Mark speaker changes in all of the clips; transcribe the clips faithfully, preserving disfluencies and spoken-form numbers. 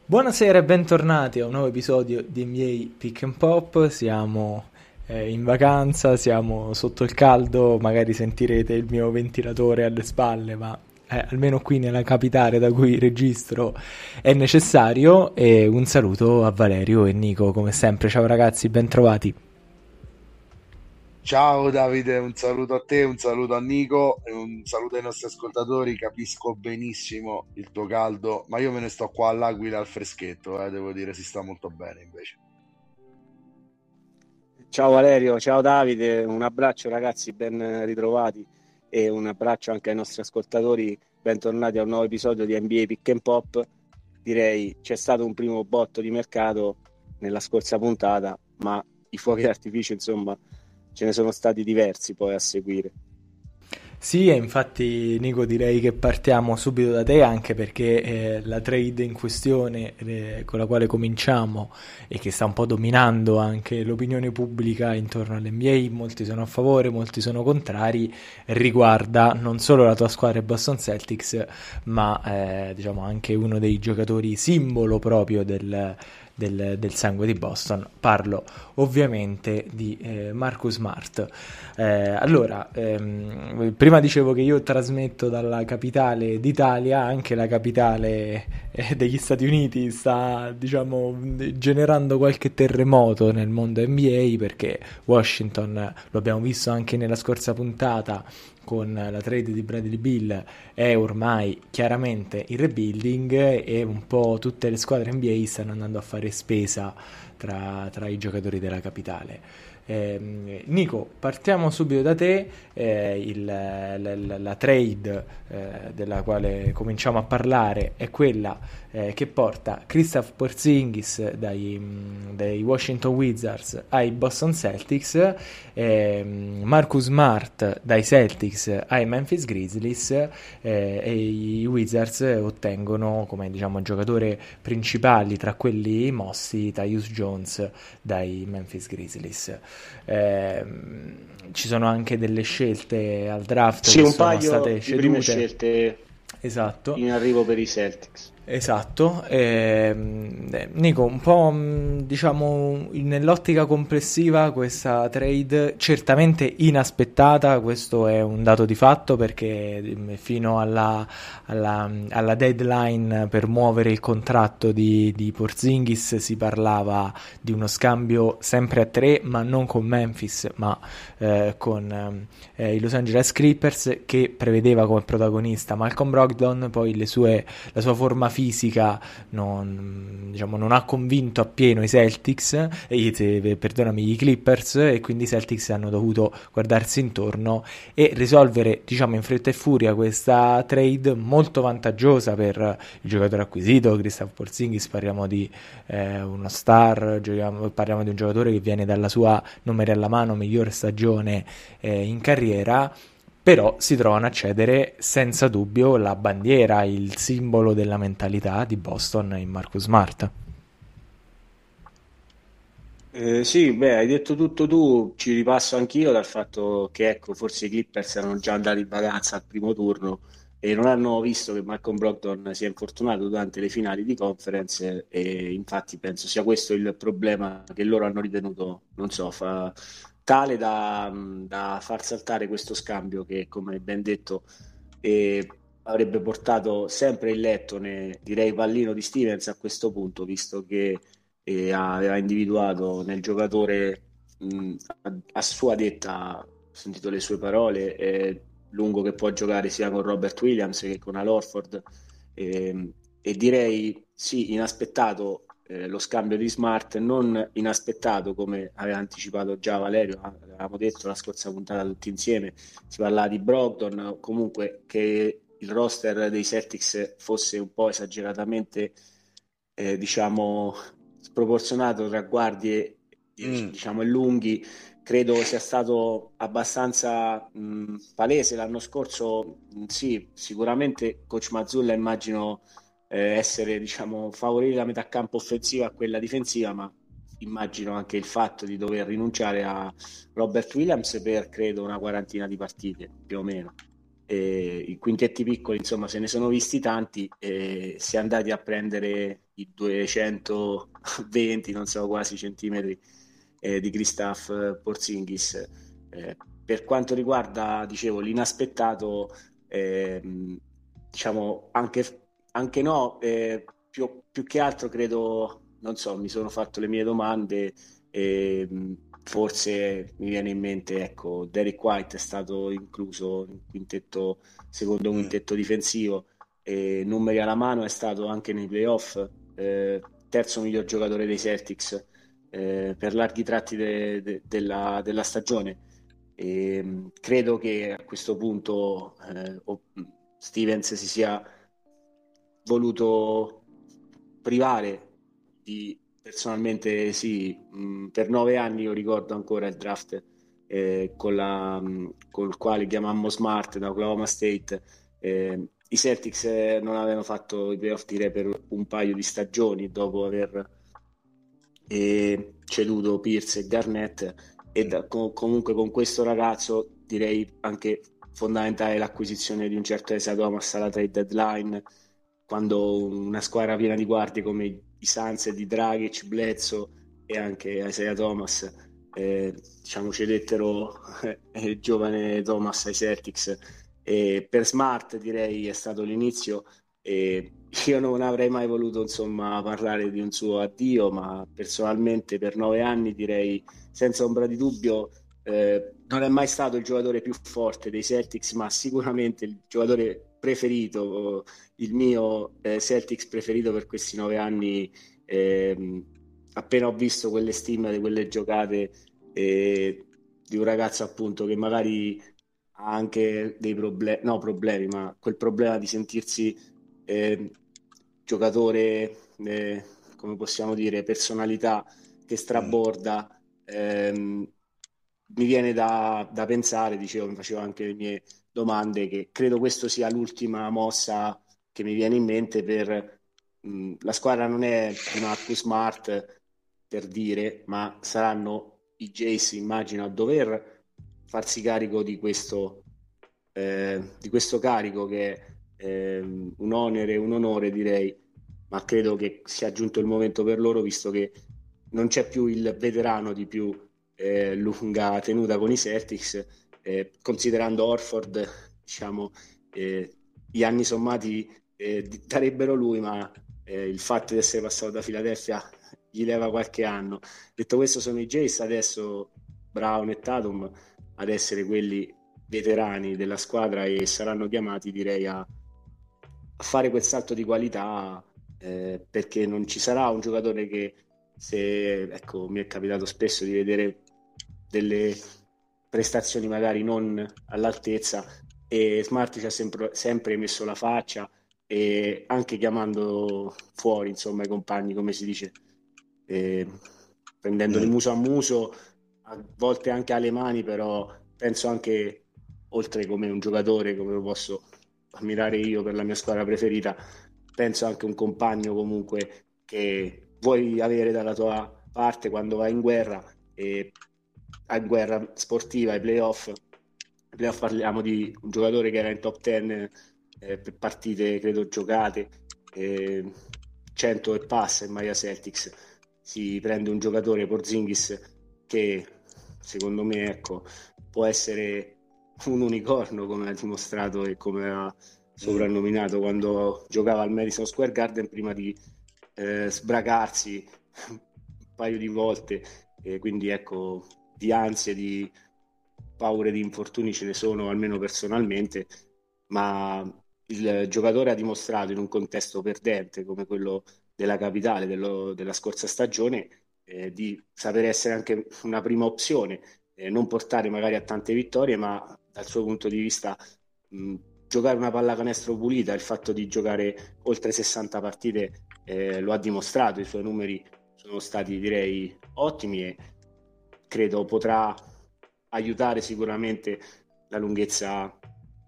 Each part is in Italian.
Speaker 1: Buonasera e bentornati a un nuovo episodio di N B A Pick and Pop. Siamo eh, in vacanza, siamo sotto il caldo, magari sentirete il mio ventilatore alle spalle, ma eh, almeno qui nella capitale da cui registro è necessario. E un saluto a Valerio e Nico, come sempre. Ciao ragazzi, bentrovati.
Speaker 2: Ciao Davide, un saluto a te, un saluto a Nico e un saluto ai nostri ascoltatori. Capisco benissimo il tuo caldo, ma io me ne sto qua all'Aquila al freschetto, eh, devo dire, si sta molto bene invece.
Speaker 3: Ciao Valerio, ciao Davide, un abbraccio ragazzi, ben ritrovati e un abbraccio anche ai nostri ascoltatori, bentornati a un nuovo episodio di N B A Pick and Pop. Direi c'è stato un primo botto di mercato nella scorsa puntata, ma i fuochi d'artificio insomma ce ne sono stati diversi poi a seguire.
Speaker 1: Sì, e infatti Nico direi che partiamo subito da te anche perché eh, la trade in questione eh, con la quale cominciamo e che sta un po' dominando anche l'opinione pubblica intorno all'N B A, molti sono a favore, molti sono contrari, riguarda non solo la tua squadra i Boston Celtics, ma eh, diciamo anche uno dei giocatori simbolo proprio del, del, del sangue di Boston. Parlo ovviamente di eh, Marcus Smart. Eh, allora, ehm, prima dicevo che io trasmetto dalla capitale d'Italia, anche la capitale eh, degli Stati Uniti sta, diciamo, generando qualche terremoto nel mondo N B A perché Washington, lo abbiamo visto anche nella scorsa puntata, con la trade di Bradley Beal è ormai chiaramente in rebuilding e un po' tutte le squadre N B A stanno andando a fare spesa tra, tra i giocatori della capitale. Eh, Nico, partiamo subito da te. Eh, il, la, la, la trade eh, della quale cominciamo a parlare è quella eh, che porta Kristaps Porzingis dai, dai Washington Wizards ai Boston Celtics, eh, Marcus Smart dai Celtics ai Memphis Grizzlies, eh, e i Wizards ottengono come diciamo giocatore principali tra quelli mossi Tyus Jones dai Memphis Grizzlies. Eh, Ci sono anche delle scelte al draft
Speaker 3: Sì,
Speaker 1: che
Speaker 3: un
Speaker 1: sono
Speaker 3: paio
Speaker 1: state
Speaker 3: di prime
Speaker 1: cedute.
Speaker 3: scelte
Speaker 1: Esatto.
Speaker 3: in arrivo per i Celtics.
Speaker 1: Esatto, ehm, eh, Nico, un po' mh, diciamo nell'ottica complessiva questa trade certamente inaspettata, questo è un dato di fatto perché mh, fino alla, alla, alla deadline per muovere il contratto di, di Porzingis si parlava di uno scambio sempre a tre, ma non con Memphis, ma eh, con ehm, eh, i Los Angeles Clippers, che prevedeva come protagonista Malcolm Brogdon. Poi le sue la sua forma fisica non, diciamo, non ha convinto appieno i Celtics, eh, perdonami, i Clippers, e quindi i Celtics hanno dovuto guardarsi intorno e risolvere, diciamo, in fretta e furia questa trade molto vantaggiosa per il giocatore acquisito, Kristaps Porzingis. Parliamo di eh, uno star, giochiamo, parliamo di un giocatore che viene dalla sua numeri alla mano migliore stagione eh, in carriera, però si trovano a cedere senza dubbio la bandiera, il simbolo della mentalità di Boston in Marcus Smart.
Speaker 3: Eh, sì, beh, hai detto tutto tu, ci ripasso anch'io dal fatto che ecco, forse i Clippers erano già andati in vacanza al primo turno e non hanno visto che Malcolm Brogdon si è infortunato durante le finali di conference e infatti penso sia questo il problema che loro hanno ritenuto, non so, fa, tale da, da far saltare questo scambio che, come ben detto, eh, avrebbe portato sempre il lettone, direi pallino di Stevens a questo punto, visto che e aveva individuato nel giocatore mh, a, a sua detta, ho sentito le sue parole, eh, lungo che può giocare sia con Robert Williams che con Al Horford e, e direi sì, inaspettato eh, lo scambio di Smart, non inaspettato come aveva anticipato già Valerio, avevamo detto la scorsa puntata tutti insieme, si parlava di Brogdon, comunque che il roster dei Celtics fosse un po' esageratamente eh, diciamo sproporzionato tra guardie
Speaker 2: Mm.
Speaker 3: diciamo e lunghi, credo sia stato abbastanza mh, palese l'anno scorso. Mh, sì, sicuramente coach Mazzulla immagino eh, essere diciamo favorire la metà campo offensiva a quella difensiva, ma immagino anche il fatto di dover rinunciare a Robert Williams per credo una quarantina di partite più o meno. E i quintetti piccoli insomma se ne sono visti tanti e si è andati a prendere i duecentoventi, non so, quasi centimetri eh, di Kristaps Porzingis. Eh, per quanto riguarda, dicevo, l'inaspettato, eh, diciamo anche, anche no, eh, più, più che altro credo, non so, mi sono fatto le mie domande e forse mi viene in mente, ecco, Derek White è stato incluso in quintetto, secondo quintetto difensivo, e numeri alla mano è stato anche nei playoff, eh, terzo miglior giocatore dei Celtics eh, per larghi tratti de, de, della, della stagione. E mh, credo che a questo punto eh, Stevens si sia voluto privare di, personalmente sì, mh, per nove anni io ricordo ancora il draft eh, con, la, mh, con il quale chiamammo Smart da Oklahoma State. eh, i Celtics eh, non avevano fatto i playoff, direi, per un paio di stagioni dopo aver eh, ceduto Pierce e Garnett, e da, com- comunque con questo ragazzo direi anche fondamentale l'acquisizione di un certo Isaiah Thomas alla trade deadline, quando una squadra piena di guardie come i Suns di Dragic, Bledsoe e anche Isaiah Thomas eh, diciamo cedettero eh, il giovane Thomas ai Celtics. E per Smart direi è stato l'inizio, e io non avrei mai voluto insomma parlare di un suo addio, ma personalmente per nove anni direi senza ombra di dubbio eh, non è mai stato il giocatore più forte dei Celtics, ma sicuramente il giocatore preferito, il mio eh, Celtics preferito per questi nove anni. eh, appena ho visto quelle stime, quelle giocate eh, di un ragazzo appunto che magari ha anche dei problemi, no problemi, ma quel problema di sentirsi eh, giocatore, eh, come possiamo dire, personalità che straborda, ehm, mi viene da, da pensare, dicevo, mi facevo anche le mie domande, che credo questo sia l'ultima mossa che mi viene in mente per mh, la squadra non è di Marcus Smart, per dire, ma saranno i Jays, immagino, a dover farsi carico di questo, eh, di questo carico che è eh, un onere, un onore direi, ma credo che sia giunto il momento per loro, visto che non c'è più il veterano di più eh, lunga tenuta con i Celtics, eh, considerando Horford, diciamo, eh, gli anni sommati eh, darebbero lui, ma eh, il fatto di essere passato da Philadelphia gli leva qualche anno. Detto questo, sono i Jays adesso, Brown e Tatum, ad essere quelli veterani della squadra, e saranno chiamati, direi, a, a fare quel salto di qualità, eh, perché non ci sarà un giocatore che, se ecco, mi è capitato spesso di vedere delle prestazioni magari non all'altezza, e Smart ci ha sempre, sempre messo la faccia, e anche chiamando fuori insomma i compagni, come si dice, eh, prendendoli
Speaker 2: Mm.
Speaker 3: muso a muso, a volte anche alle mani, però penso anche, oltre come un giocatore come lo posso ammirare io per la mia squadra preferita, penso anche un compagno comunque che vuoi avere dalla tua parte quando vai in guerra, e in guerra sportiva, ai playoff. Ai playoff parliamo di un giocatore che era in top dieci eh, per partite credo giocate, eh, cento e passa in Maya Celtics. Si prende un giocatore, Porzingis, che secondo me ecco può essere un unicorno, come ha dimostrato e come ha soprannominato quando giocava al Madison Square Garden prima di eh, sbracarsi un paio di volte, e quindi ecco, di ansie, di paure di infortuni ce ne sono, almeno personalmente, ma il giocatore ha dimostrato in un contesto perdente come quello della capitale dello, della scorsa stagione eh, di saper essere anche una prima opzione, eh, non portare magari a tante vittorie, ma dal suo punto di vista mh, giocare una pallacanestro pulita. Il fatto di giocare oltre sessanta partite eh, lo ha dimostrato, i suoi numeri sono stati, direi, ottimi, e credo potrà aiutare sicuramente la lunghezza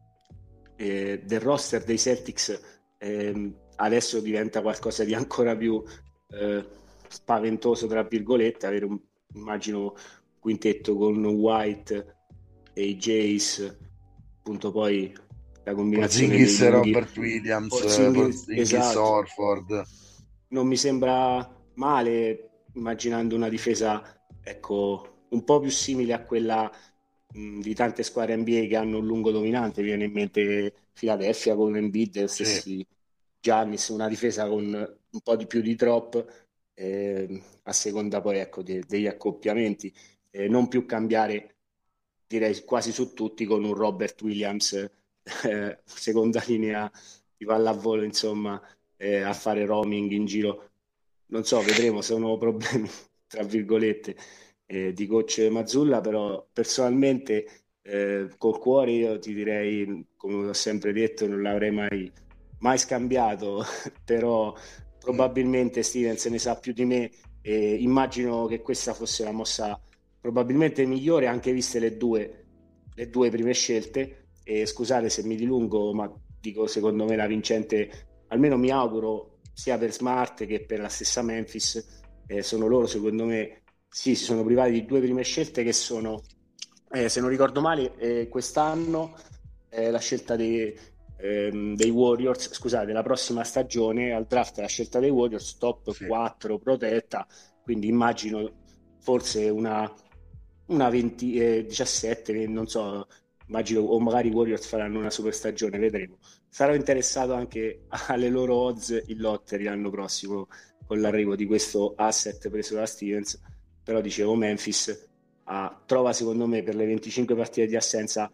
Speaker 3: eh, del roster dei Celtics. Eh, adesso diventa qualcosa di ancora più eh, spaventoso, tra virgolette, avere un, immagino, quintetto con White e i Jays, appunto, poi la combinazione
Speaker 2: Porzingis,
Speaker 3: dei lunghi
Speaker 2: Robert Williams,
Speaker 3: Porzingis,
Speaker 2: Porzingis,
Speaker 3: esatto,
Speaker 2: Horford.
Speaker 3: non mi sembra male, immaginando una difesa, ecco, un po' più simile a quella mh, di tante squadre N B A che hanno un lungo dominante. Viene in mente Philadelphia con Embiid e
Speaker 2: Sì.
Speaker 3: stessi Giannis, una difesa con un po' di più di drop, eh, a seconda poi, ecco, de- degli accoppiamenti, eh, non più cambiare, direi quasi su tutti, con un Robert Williams, eh, seconda linea di pallavolo, insomma, eh, a fare roaming in giro. Non so, vedremo, sono problemi, tra virgolette, eh, di coach Mazzulla, però personalmente, eh, col cuore, io ti direi, come ho sempre detto, non l'avrei mai, mai scambiato, però probabilmente Steven se ne sa più di me, e immagino che questa fosse la mossa probabilmente migliore, anche viste le due, le due prime scelte. E scusate se mi dilungo, ma dico, secondo me la vincente, almeno mi auguro, sia per Smart che per la stessa Memphis, eh, sono loro, secondo me, sì, si sono privati di due prime scelte che sono, eh, se non ricordo male, eh, quest'anno eh, la scelta dei, ehm, dei Warriors, scusate, la prossima stagione al draft la scelta dei Warriors, top
Speaker 2: Sì.
Speaker 3: quattro protetta, quindi immagino forse una, una venti, eh, diciassette, non so, immagino, o magari i Warriors faranno una super stagione, vedremo. Sarò interessato anche alle loro odds in lottery l'anno prossimo con l'arrivo di questo asset preso da Stevens, però dicevo Memphis ah, trova secondo me per le venticinque partite di assenza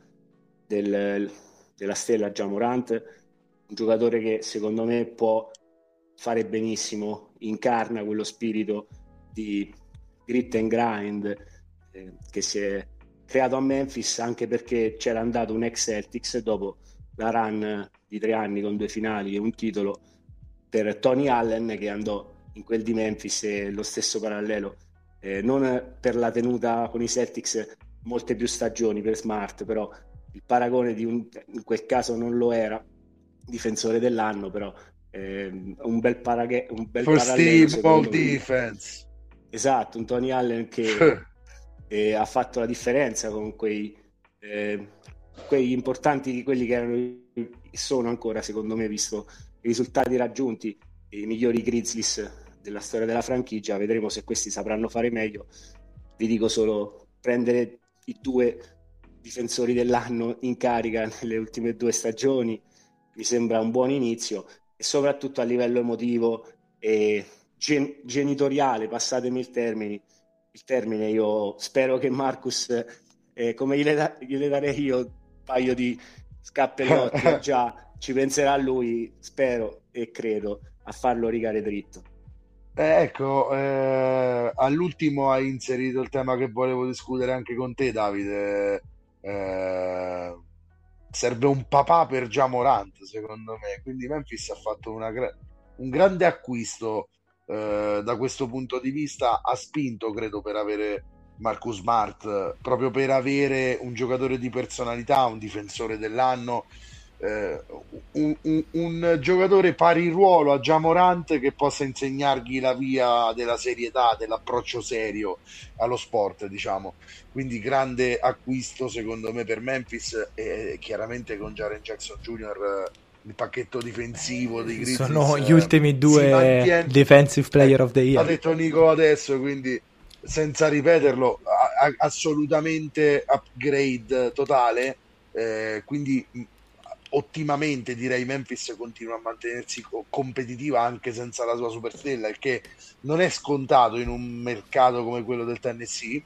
Speaker 3: del, della stella Ja Morant un giocatore che secondo me può fare benissimo, incarna quello spirito di grit and grind, eh, che si è creato a Memphis, anche perché c'era andato un ex Celtics dopo la run di tre anni con due finali e un titolo per Tony Allen, che andò in quel di Memphis, e lo stesso parallelo, eh, non per la tenuta con i Celtics molte più stagioni per Smart, però il paragone di un, in quel caso non lo era, difensore dell'anno, però eh, un bel, paraghe, un bel
Speaker 2: First
Speaker 3: parallelo
Speaker 2: team all
Speaker 3: secondo me.
Speaker 2: defense.
Speaker 3: Esatto, un Tony Allen che eh, ha fatto la differenza con quei, eh, quei importanti, quelli che erano, sono ancora secondo me, visto i risultati raggiunti, i migliori Grizzlies della storia della franchigia. Vedremo se questi sapranno fare meglio. Vi dico solo, prendere i due difensori dell'anno in carica nelle ultime due stagioni mi sembra un buon inizio, e soprattutto a livello emotivo e gen- genitoriale, passatemi il termine, il termine, io spero che Marcus, eh, come gliele, da- gliele darei io un paio di scappellotti a già, ci penserà lui, spero e credo, a farlo rigare dritto.
Speaker 2: Eh, ecco, eh, all'ultimo hai inserito il tema che volevo discutere anche con te, Davide. Eh, serve un papà per Ja Morant, secondo me. Quindi Memphis ha fatto una gra- un grande acquisto eh, da questo punto di vista. Ha spinto, credo, per avere Marcus Smart, eh, proprio per avere un giocatore di personalità, un difensore dell'anno, eh, un, un- un giocatore pari ruolo a Ja Morant che possa insegnargli la via della serietà, dell'approccio serio allo sport, diciamo. Quindi grande acquisto secondo me per Memphis, e chiaramente con Jaren Jackson Junior eh, il pacchetto difensivo dei
Speaker 1: Eh, sono
Speaker 2: Grizzlies
Speaker 1: gli
Speaker 2: eh,
Speaker 1: ultimi
Speaker 2: si
Speaker 1: due
Speaker 2: mantiene.
Speaker 1: Defensive Player
Speaker 2: Ecco,
Speaker 1: of the
Speaker 2: l'ha
Speaker 1: Year.
Speaker 2: detto Nico adesso, quindi senza ripeterlo, a- a- assolutamente upgrade totale. Eh, quindi mh, ottimamente direi Memphis continua a mantenersi co- competitiva anche senza la sua superstella, il che non è scontato in un mercato come quello del Tennessee.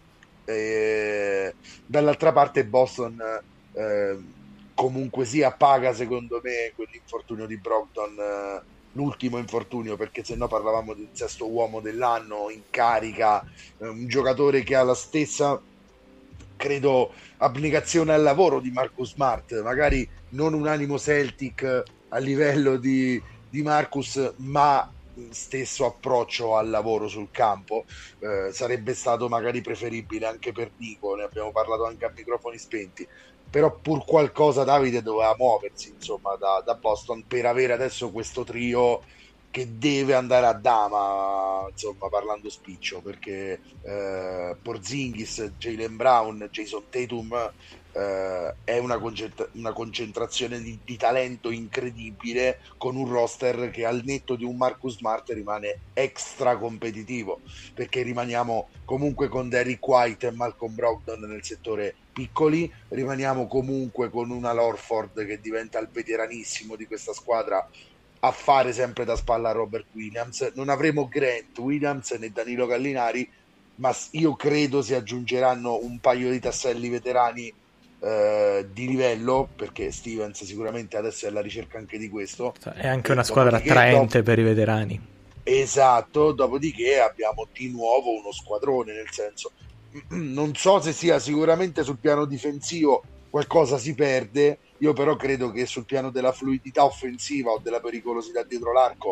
Speaker 2: Eh, dall'altra parte Boston eh, comunque sia paga secondo me quell'infortunio di Brogdon, eh, l'ultimo infortunio, perché se no parlavamo del sesto uomo dell'anno in carica, eh, un giocatore che ha la stessa, credo, abnegazione al lavoro di Marcus Smart, magari non un animo Celtic a livello di, di Marcus, ma stesso approccio al lavoro sul campo. Eh, sarebbe stato magari preferibile anche per Nico, ne abbiamo parlato anche a microfoni spenti, però pur qualcosa Davide doveva muoversi insomma da, da Boston per avere adesso questo trio che deve andare a dama, insomma, parlando spiccio, perché eh, Porzingis, Jaylen Brown, Jason Tatum eh, è una, concentra- una concentrazione di, di talento incredibile, con un roster che al netto di un Marcus Smart rimane extra competitivo, perché rimaniamo comunque con Derrick White e Malcolm Brogdon nel settore piccoli, rimaniamo comunque con una Lorford che diventa il veteranissimo di questa squadra a fare sempre da spalla a Robert Williams. Non avremo Grant Williams né Danilo Gallinari, ma io credo si aggiungeranno un paio di tasselli veterani eh, di livello, perché Stevens sicuramente adesso è alla ricerca anche di questo.
Speaker 1: È anche
Speaker 2: E
Speaker 1: una squadra attraente dopo... per i veterani.
Speaker 2: Esatto, dopodiché abbiamo di nuovo uno squadrone, nel senso, non so se sia sicuramente sul piano difensivo qualcosa si perde, io però credo che sul piano della fluidità offensiva o della pericolosità dietro l'arco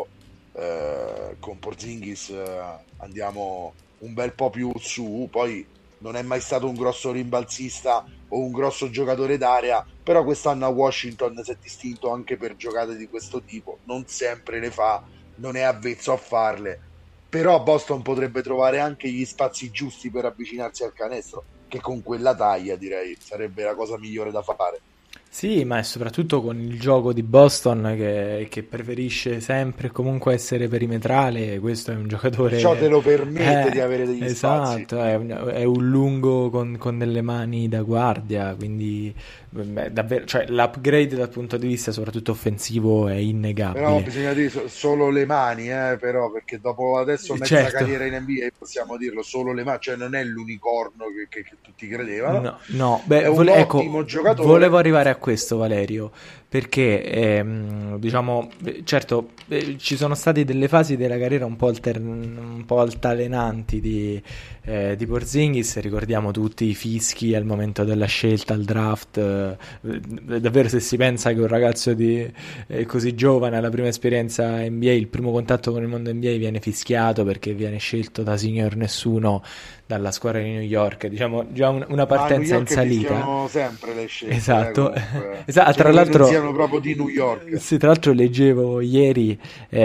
Speaker 2: eh, con Porzingis eh, andiamo un bel po' più su. Poi non è mai stato un grosso rimbalzista o un grosso giocatore d'area, però quest'anno a Washington si è distinto anche per giocate di questo tipo, non sempre le fa, non è avvezzo a farle, però a Boston potrebbe trovare anche gli spazi giusti per avvicinarsi al canestro, che con quella taglia direi sarebbe la cosa migliore da fare.
Speaker 1: Sì, ma è soprattutto con il gioco di Boston che, che preferisce sempre comunque essere perimetrale. Questo è un giocatore...
Speaker 2: Ciò te lo permette
Speaker 1: eh,
Speaker 2: di avere degli
Speaker 1: esatto,
Speaker 2: spazi.
Speaker 1: È un, è un lungo con, con delle mani da guardia, quindi beh, davvero, cioè, l'upgrade dal punto di vista soprattutto offensivo è innegabile.
Speaker 2: Però bisogna dire so- solo le mani, eh, però, perché dopo adesso mezza
Speaker 1: certo.
Speaker 2: carriera in N B A possiamo dirlo, solo le mani, cioè non è l'unicorno che, che, che tutti credevano.
Speaker 1: No, no. Beh,
Speaker 2: è un
Speaker 1: vole-
Speaker 2: ottimo
Speaker 1: ecco,
Speaker 2: giocatore.
Speaker 1: Volevo arrivare a questo, Valerio, perché ehm, diciamo, certo, eh, ci sono state delle fasi della carriera un po', alter- un po' altalenanti di, eh, di Porzingis. Ricordiamo tutti i fischi al momento della scelta al draft, eh, davvero, se si pensa che un ragazzo di, eh, così giovane alla prima esperienza N B A, il primo contatto con il mondo N B A, viene fischiato perché viene scelto da signor nessuno dalla squadra di New York, diciamo già un, una partenza in salita.
Speaker 2: Sempre le scelte,
Speaker 1: esatto,
Speaker 2: eh,
Speaker 1: esatto. Tra l'altro,
Speaker 2: non siano proprio di New York.
Speaker 1: Sì, tra l'altro leggevo ieri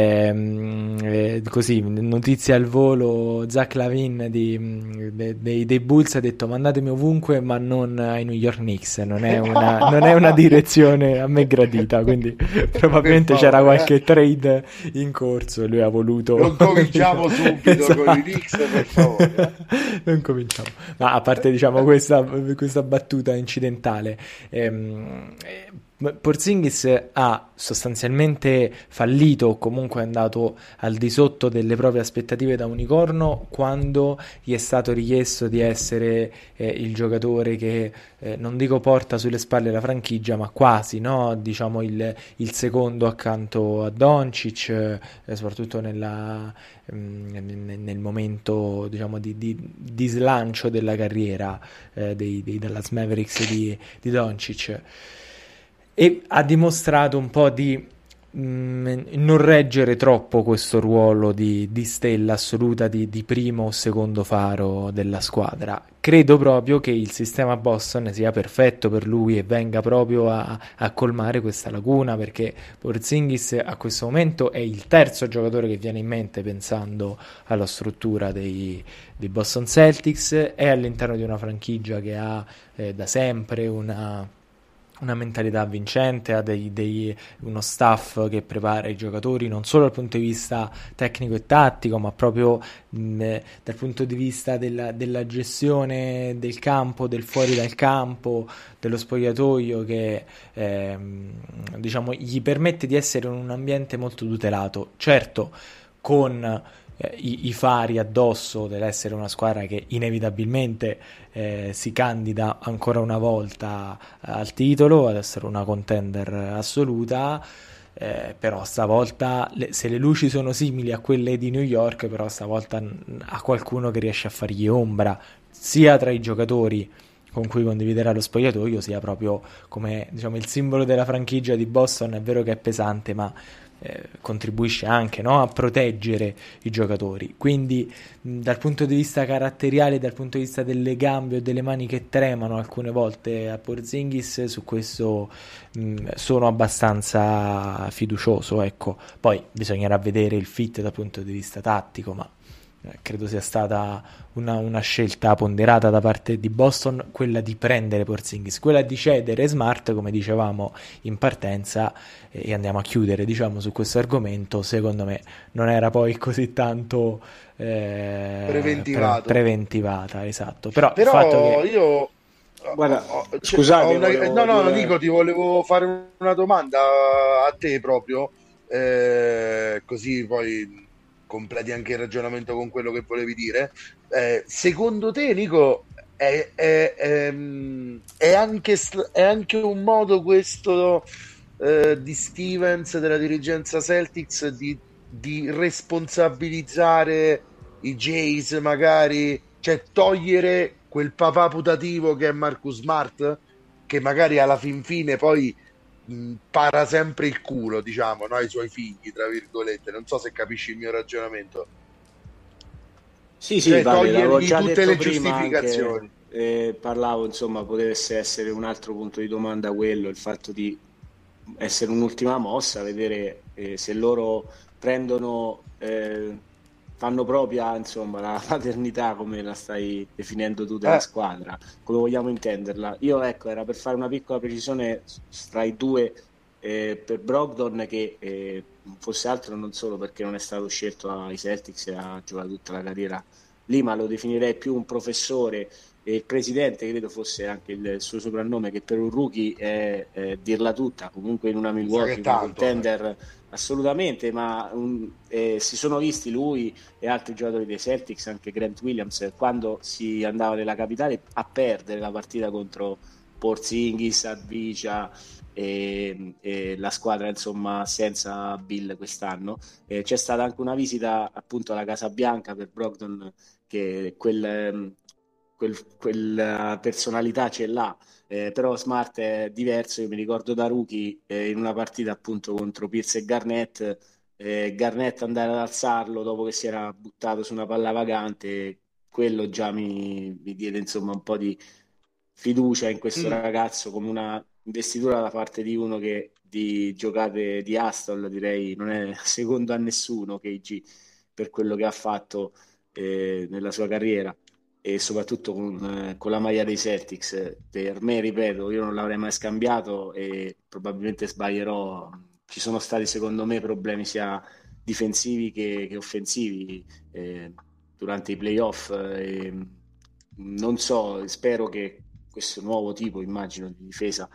Speaker 1: ehm, eh, così notizie al volo, Zach Lavin di, de, dei, dei Bulls ha detto mandatemi ovunque ma non ai New York Knicks, non è una, non è una direzione a me gradita, quindi probabilmente favore, c'era qualche eh. trade in corso e lui ha voluto...
Speaker 2: Non cominciamo subito esatto. con i Knicks, per favore.
Speaker 1: Non cominciamo, ma a parte diciamo questa, questa battuta incidentale, ehm, Porzingis ha sostanzialmente fallito o comunque è andato al di sotto delle proprie aspettative da unicorno quando gli è stato richiesto di essere eh, il giocatore che eh, non dico porta sulle spalle la franchigia, ma quasi, no? Diciamo il, il secondo accanto a Doncic, eh, soprattutto nella, mh, nel momento diciamo di, di, di slancio della carriera eh, dei, dei Dallas Mavericks di, di Doncic. E ha dimostrato un po' di mh, non reggere troppo questo ruolo di, di stella assoluta, di, di primo o secondo faro della squadra. Credo proprio che il sistema Boston sia perfetto per lui e venga proprio a, a colmare questa lacuna, perché Porzingis a questo momento è il terzo giocatore che viene in mente pensando alla struttura dei, dei Boston Celtics. È all'interno di una franchigia che ha eh, da sempre una... una mentalità vincente, ha dei, dei, uno staff che prepara i giocatori non solo dal punto di vista tecnico e tattico, ma proprio mh, dal punto di vista della, della gestione del campo, del fuori dal campo, dello spogliatoio, che eh, diciamo gli permette di essere in un ambiente molto tutelato, certo con eh, i, i fari addosso dell'essere una squadra che inevitabilmente eh, si candida ancora una volta al titolo, ad essere una contender assoluta, eh, però stavolta le, se le luci sono simili a quelle di New York, però stavolta ha qualcuno che riesce a fargli ombra sia tra i giocatori con cui condividerà lo spogliatoio, sia proprio come diciamo il simbolo della franchigia di Boston. È vero che è pesante, ma Eh, contribuisce anche, no, a proteggere i giocatori, quindi mh, dal punto di vista caratteriale, dal punto di vista delle gambe o delle mani che tremano alcune volte a Porzingis, su questo mh, sono abbastanza fiducioso, ecco. Poi bisognerà vedere il fit dal punto di vista tattico, ma eh, credo sia stata una, una scelta ponderata da parte di Boston, quella di prendere Porzingis, quella di cedere Smart, come dicevamo in partenza, eh, e andiamo a chiudere, diciamo, su questo argomento. Secondo me non era poi così tanto eh, pre-
Speaker 2: Preventivato.
Speaker 1: preventivata, esatto. Però il fatto
Speaker 2: Però
Speaker 1: che
Speaker 2: io
Speaker 3: Guarda,
Speaker 2: ho- ho- cioè,
Speaker 3: scusate,
Speaker 2: ho una-
Speaker 3: volevo
Speaker 2: no, no,
Speaker 3: dire...
Speaker 2: Nico, ti volevo fare una domanda a te proprio, eh, così poi completi anche il ragionamento con quello che volevi dire. Eh, secondo te, Nico, è, è- è, mm, è anche, st- è anche un modo questo eh, di Stevens, della dirigenza Celtics, di, di responsabilizzare i Jays, magari, cioè togliere quel papà putativo che è Marcus Smart, che magari alla fin fine poi mh, para sempre il culo, diciamo, no? Ai suoi figli, tra virgolette. Non so se capisci il mio ragionamento.
Speaker 3: Sì, sì,
Speaker 2: Cioè
Speaker 3: vale, l'avevo
Speaker 2: togliergli
Speaker 3: già
Speaker 2: tutte
Speaker 3: detto
Speaker 2: le
Speaker 3: prima anche,
Speaker 2: giustificazioni.
Speaker 3: eh, parlavo, insomma, potesse essere un altro punto di domanda quello, il fatto di essere un'ultima mossa, vedere eh, se loro prendono, eh, fanno propria, insomma, la paternità, come la stai definendo tu, della
Speaker 2: Eh,
Speaker 3: squadra, come vogliamo intenderla. Io, ecco, era per fare una piccola precisione s- tra i due, eh, per Brogdon, che eh, fosse altro non solo perché non è stato scelto ai Celtics e ha giocato tutta la carriera lì, ma lo definirei più un professore, e il presidente credo fosse anche il suo soprannome, che per un rookie è, è dirla tutta, comunque in una
Speaker 2: mi sa che
Speaker 3: Milwaukee, una
Speaker 2: tanto. eh.
Speaker 3: contender assolutamente, ma un- eh, si sono visti lui e altri giocatori dei Celtics, anche Grant Williams, quando si andava nella capitale a perdere la partita contro Porzingis, Advicia e, e la squadra, insomma, senza Bill quest'anno. Eh, c'è stata anche una visita appunto alla Casa Bianca per Brogdon, che quel, ehm, quel- quella personalità ce l'ha, eh, però Smart è diverso. Io mi ricordo da rookie, eh, in una partita appunto contro Pierce e Garnett, eh, Garnett andare ad alzarlo dopo che si era buttato su una palla vagante, quello già mi, mi diede insomma un po' di fiducia in questo
Speaker 2: Mm.
Speaker 3: ragazzo, come una investitura da parte di uno che di giocate di Astol, direi, non è secondo a nessuno K G per quello che ha fatto eh, nella sua carriera, e soprattutto con, eh, con la maglia dei Celtics. Per me, ripeto, io non l'avrei mai scambiato e probabilmente sbaglierò. Ci sono stati, secondo me, problemi sia difensivi che, che offensivi eh, durante i playoff. Eh, non so, spero che questo nuovo tipo, immagino, di difesa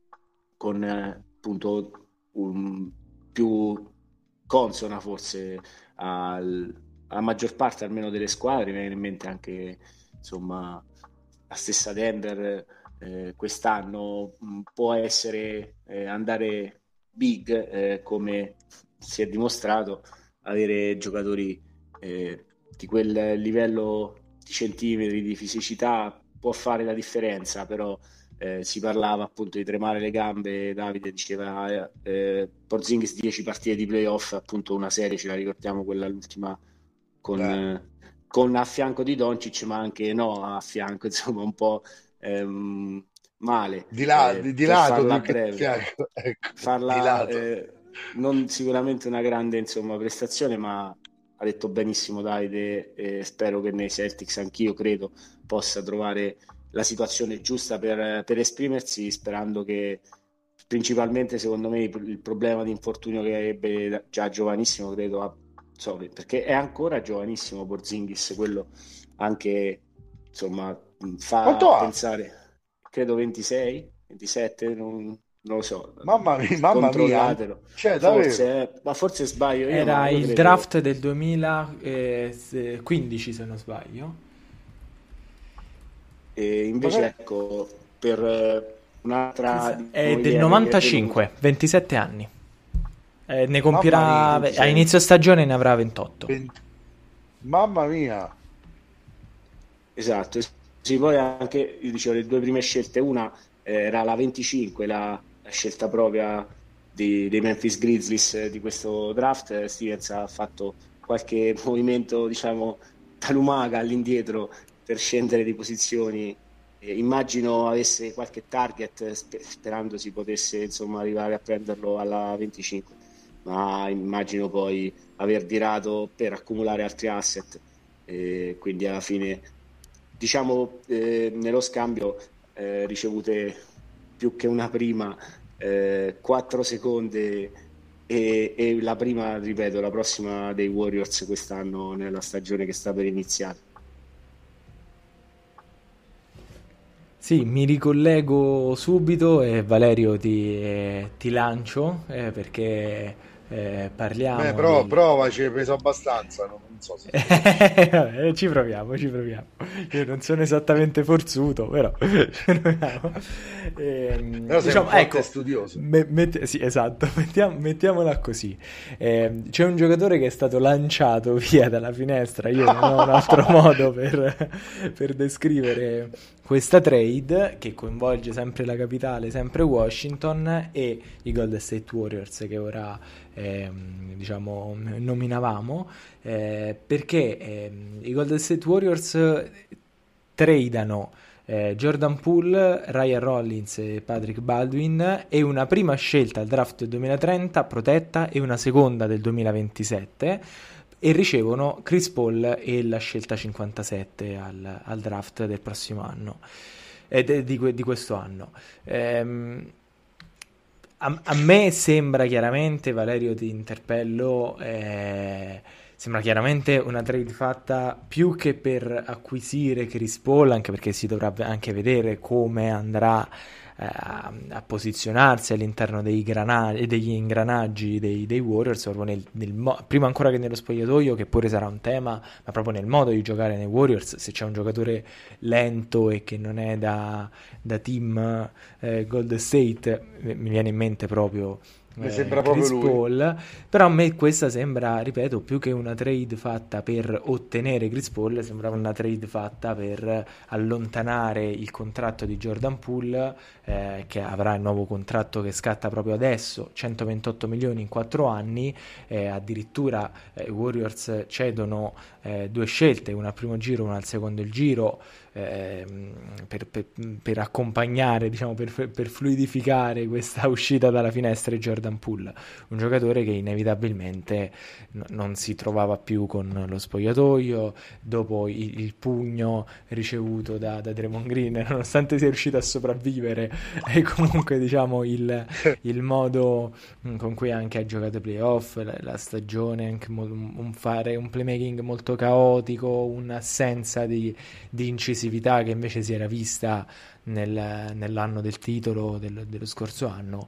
Speaker 3: con eh, appunto un, più consona forse al, alla maggior parte almeno delle squadre. Mi viene in mente anche insomma la stessa Denver, eh, quest'anno mh, può essere eh, andare big, eh, come si è dimostrato, avere giocatori eh, di quel livello di centimetri di fisicità può fare la differenza. Però eh, si parlava appunto di tremare le gambe. Davide diceva eh, Porzingis dieci partite di playoff, appunto una serie ce la ricordiamo, quella l'ultima con,
Speaker 2: Eh,
Speaker 3: eh, con a fianco di Doncic, ma anche no a fianco, insomma un po' ehm, male,
Speaker 2: di, la-
Speaker 3: eh,
Speaker 2: di, di
Speaker 3: per
Speaker 2: lato
Speaker 3: farla
Speaker 2: più che di
Speaker 3: breve,
Speaker 2: fianco. Ecco, di
Speaker 3: farla
Speaker 2: lato.
Speaker 3: eh, non sicuramente una grande insomma prestazione, ma ha detto benissimo Davide, e spero che nei Celtics, anch'io credo, possa trovare la situazione giusta per, per esprimersi, sperando che principalmente, secondo me, il, il problema di infortunio che ebbe già giovanissimo, credo, a- so, perché è ancora giovanissimo Porzingis, quello anche insomma mh, fa
Speaker 2: Quanto ha?
Speaker 3: pensare, credo ventisei, ventisette, non, non lo so,
Speaker 2: Mamma mia, mamma mia. an-
Speaker 3: controllatelo,
Speaker 2: Cioè, davvero.
Speaker 3: forse, eh, ma forse sbaglio io, ma
Speaker 1: era
Speaker 3: io
Speaker 1: il
Speaker 3: credo.
Speaker 1: draft del duemilaquindici, se non sbaglio.
Speaker 3: E invece,
Speaker 2: Magari...
Speaker 3: ecco, per eh, un'altra
Speaker 1: È
Speaker 3: diciamo,
Speaker 1: del
Speaker 3: idea che mi è venuta.
Speaker 1: novantacinque, ventisette anni. Eh, ne
Speaker 2: Mamma
Speaker 1: compirà
Speaker 2: mia.
Speaker 1: a
Speaker 3: ventisei.
Speaker 1: inizio stagione ne avrà ventotto.
Speaker 2: venti Mamma mia.
Speaker 3: Esatto, sì, poi anche, io dicevo, le due prime scelte, una eh, era la venticinque, la, la scelta propria di- dei Memphis Grizzlies, eh, di questo draft. Eh, Stevens ha fatto qualche movimento, diciamo, da lumaca all'indietro per scendere di posizioni. Eh, immagino avesse qualche target, eh, spe- sperando si potesse insomma arrivare a prenderlo alla venticinque, ma immagino poi aver virato per accumulare altri asset. e quindi alla fine, diciamo, eh, nello scambio eh, ricevute più che una prima, eh, quattro seconde e, e la prima, ripeto, la prossima dei Warriors quest'anno nella stagione che sta per iniziare.
Speaker 1: Sì, mi ricollego subito e Valerio ti, eh, ti lancio eh, perché eh, parliamo
Speaker 2: Beh, pro,
Speaker 1: di...
Speaker 2: prova, ci hai preso abbastanza, no? Non so se...
Speaker 1: Vabbè, ci proviamo, ci proviamo. Io non sono esattamente forzuto, però ci proviamo. Ehm,
Speaker 2: Però sei
Speaker 1: diciamo,
Speaker 2: un forte
Speaker 1: ecco,
Speaker 2: studioso.
Speaker 1: me- mette- sì, esatto, mettiam- mettiamola così. Ehm, c'è un giocatore che è stato lanciato via dalla finestra, io non ho un altro modo per, per descrivere questa trade che coinvolge sempre la capitale, sempre Washington e i Golden State Warriors che ora ehm, diciamo nominavamo, eh, perché ehm, i Golden State Warriors tradano eh, Jordan Poole, Ryan Rollins e Patrick Baldwin e una prima scelta al draft del duemilatrenta protetta e una seconda del duemilaventisette e ricevono Chris Paul e la scelta cinquantasette al, al draft del prossimo anno, eh, de, di, di questo anno. Ehm, a, a me sembra chiaramente, Valerio ti interpello, eh, sembra chiaramente una trade fatta più che per acquisire Chris Paul, anche perché si dovrà anche vedere come andrà eh, a, a posizionarsi all'interno dei granaggi, degli ingranaggi dei, dei Warriors, proprio nel, nel mo- prima ancora che nello spogliatoio, che pure sarà un tema, ma proprio nel modo di giocare nei Warriors. Se c'è un giocatore lento e che non è da, da team eh, Golden State, mi viene in mente proprio
Speaker 2: Mi
Speaker 1: eh,
Speaker 2: sembra
Speaker 1: Chris
Speaker 2: proprio lui.
Speaker 1: Paul, però a me questa sembra, ripeto, più che una trade fatta per ottenere Chris Paul, sembra una trade fatta per allontanare il contratto di Jordan Poole, eh, che avrà il nuovo contratto che scatta proprio adesso, centoventotto milioni in quattro anni, eh, addirittura eh, i Warriors cedono eh, due scelte, una al primo giro e una al secondo il giro, eh, per, per, per accompagnare, diciamo, per, per fluidificare questa uscita dalla finestra di Jordan Poole, un giocatore che inevitabilmente n- non si trovava più con lo spogliatoio dopo il, il pugno ricevuto da, da Draymond Green, nonostante sia riuscito a sopravvivere, e comunque diciamo il, il modo mh, con cui anche ha giocato i playoff, la, la stagione, anche mo- un fare un playmaking molto caotico, un'assenza di, di incisività che invece si era vista nel, nell'anno del titolo del, dello scorso anno.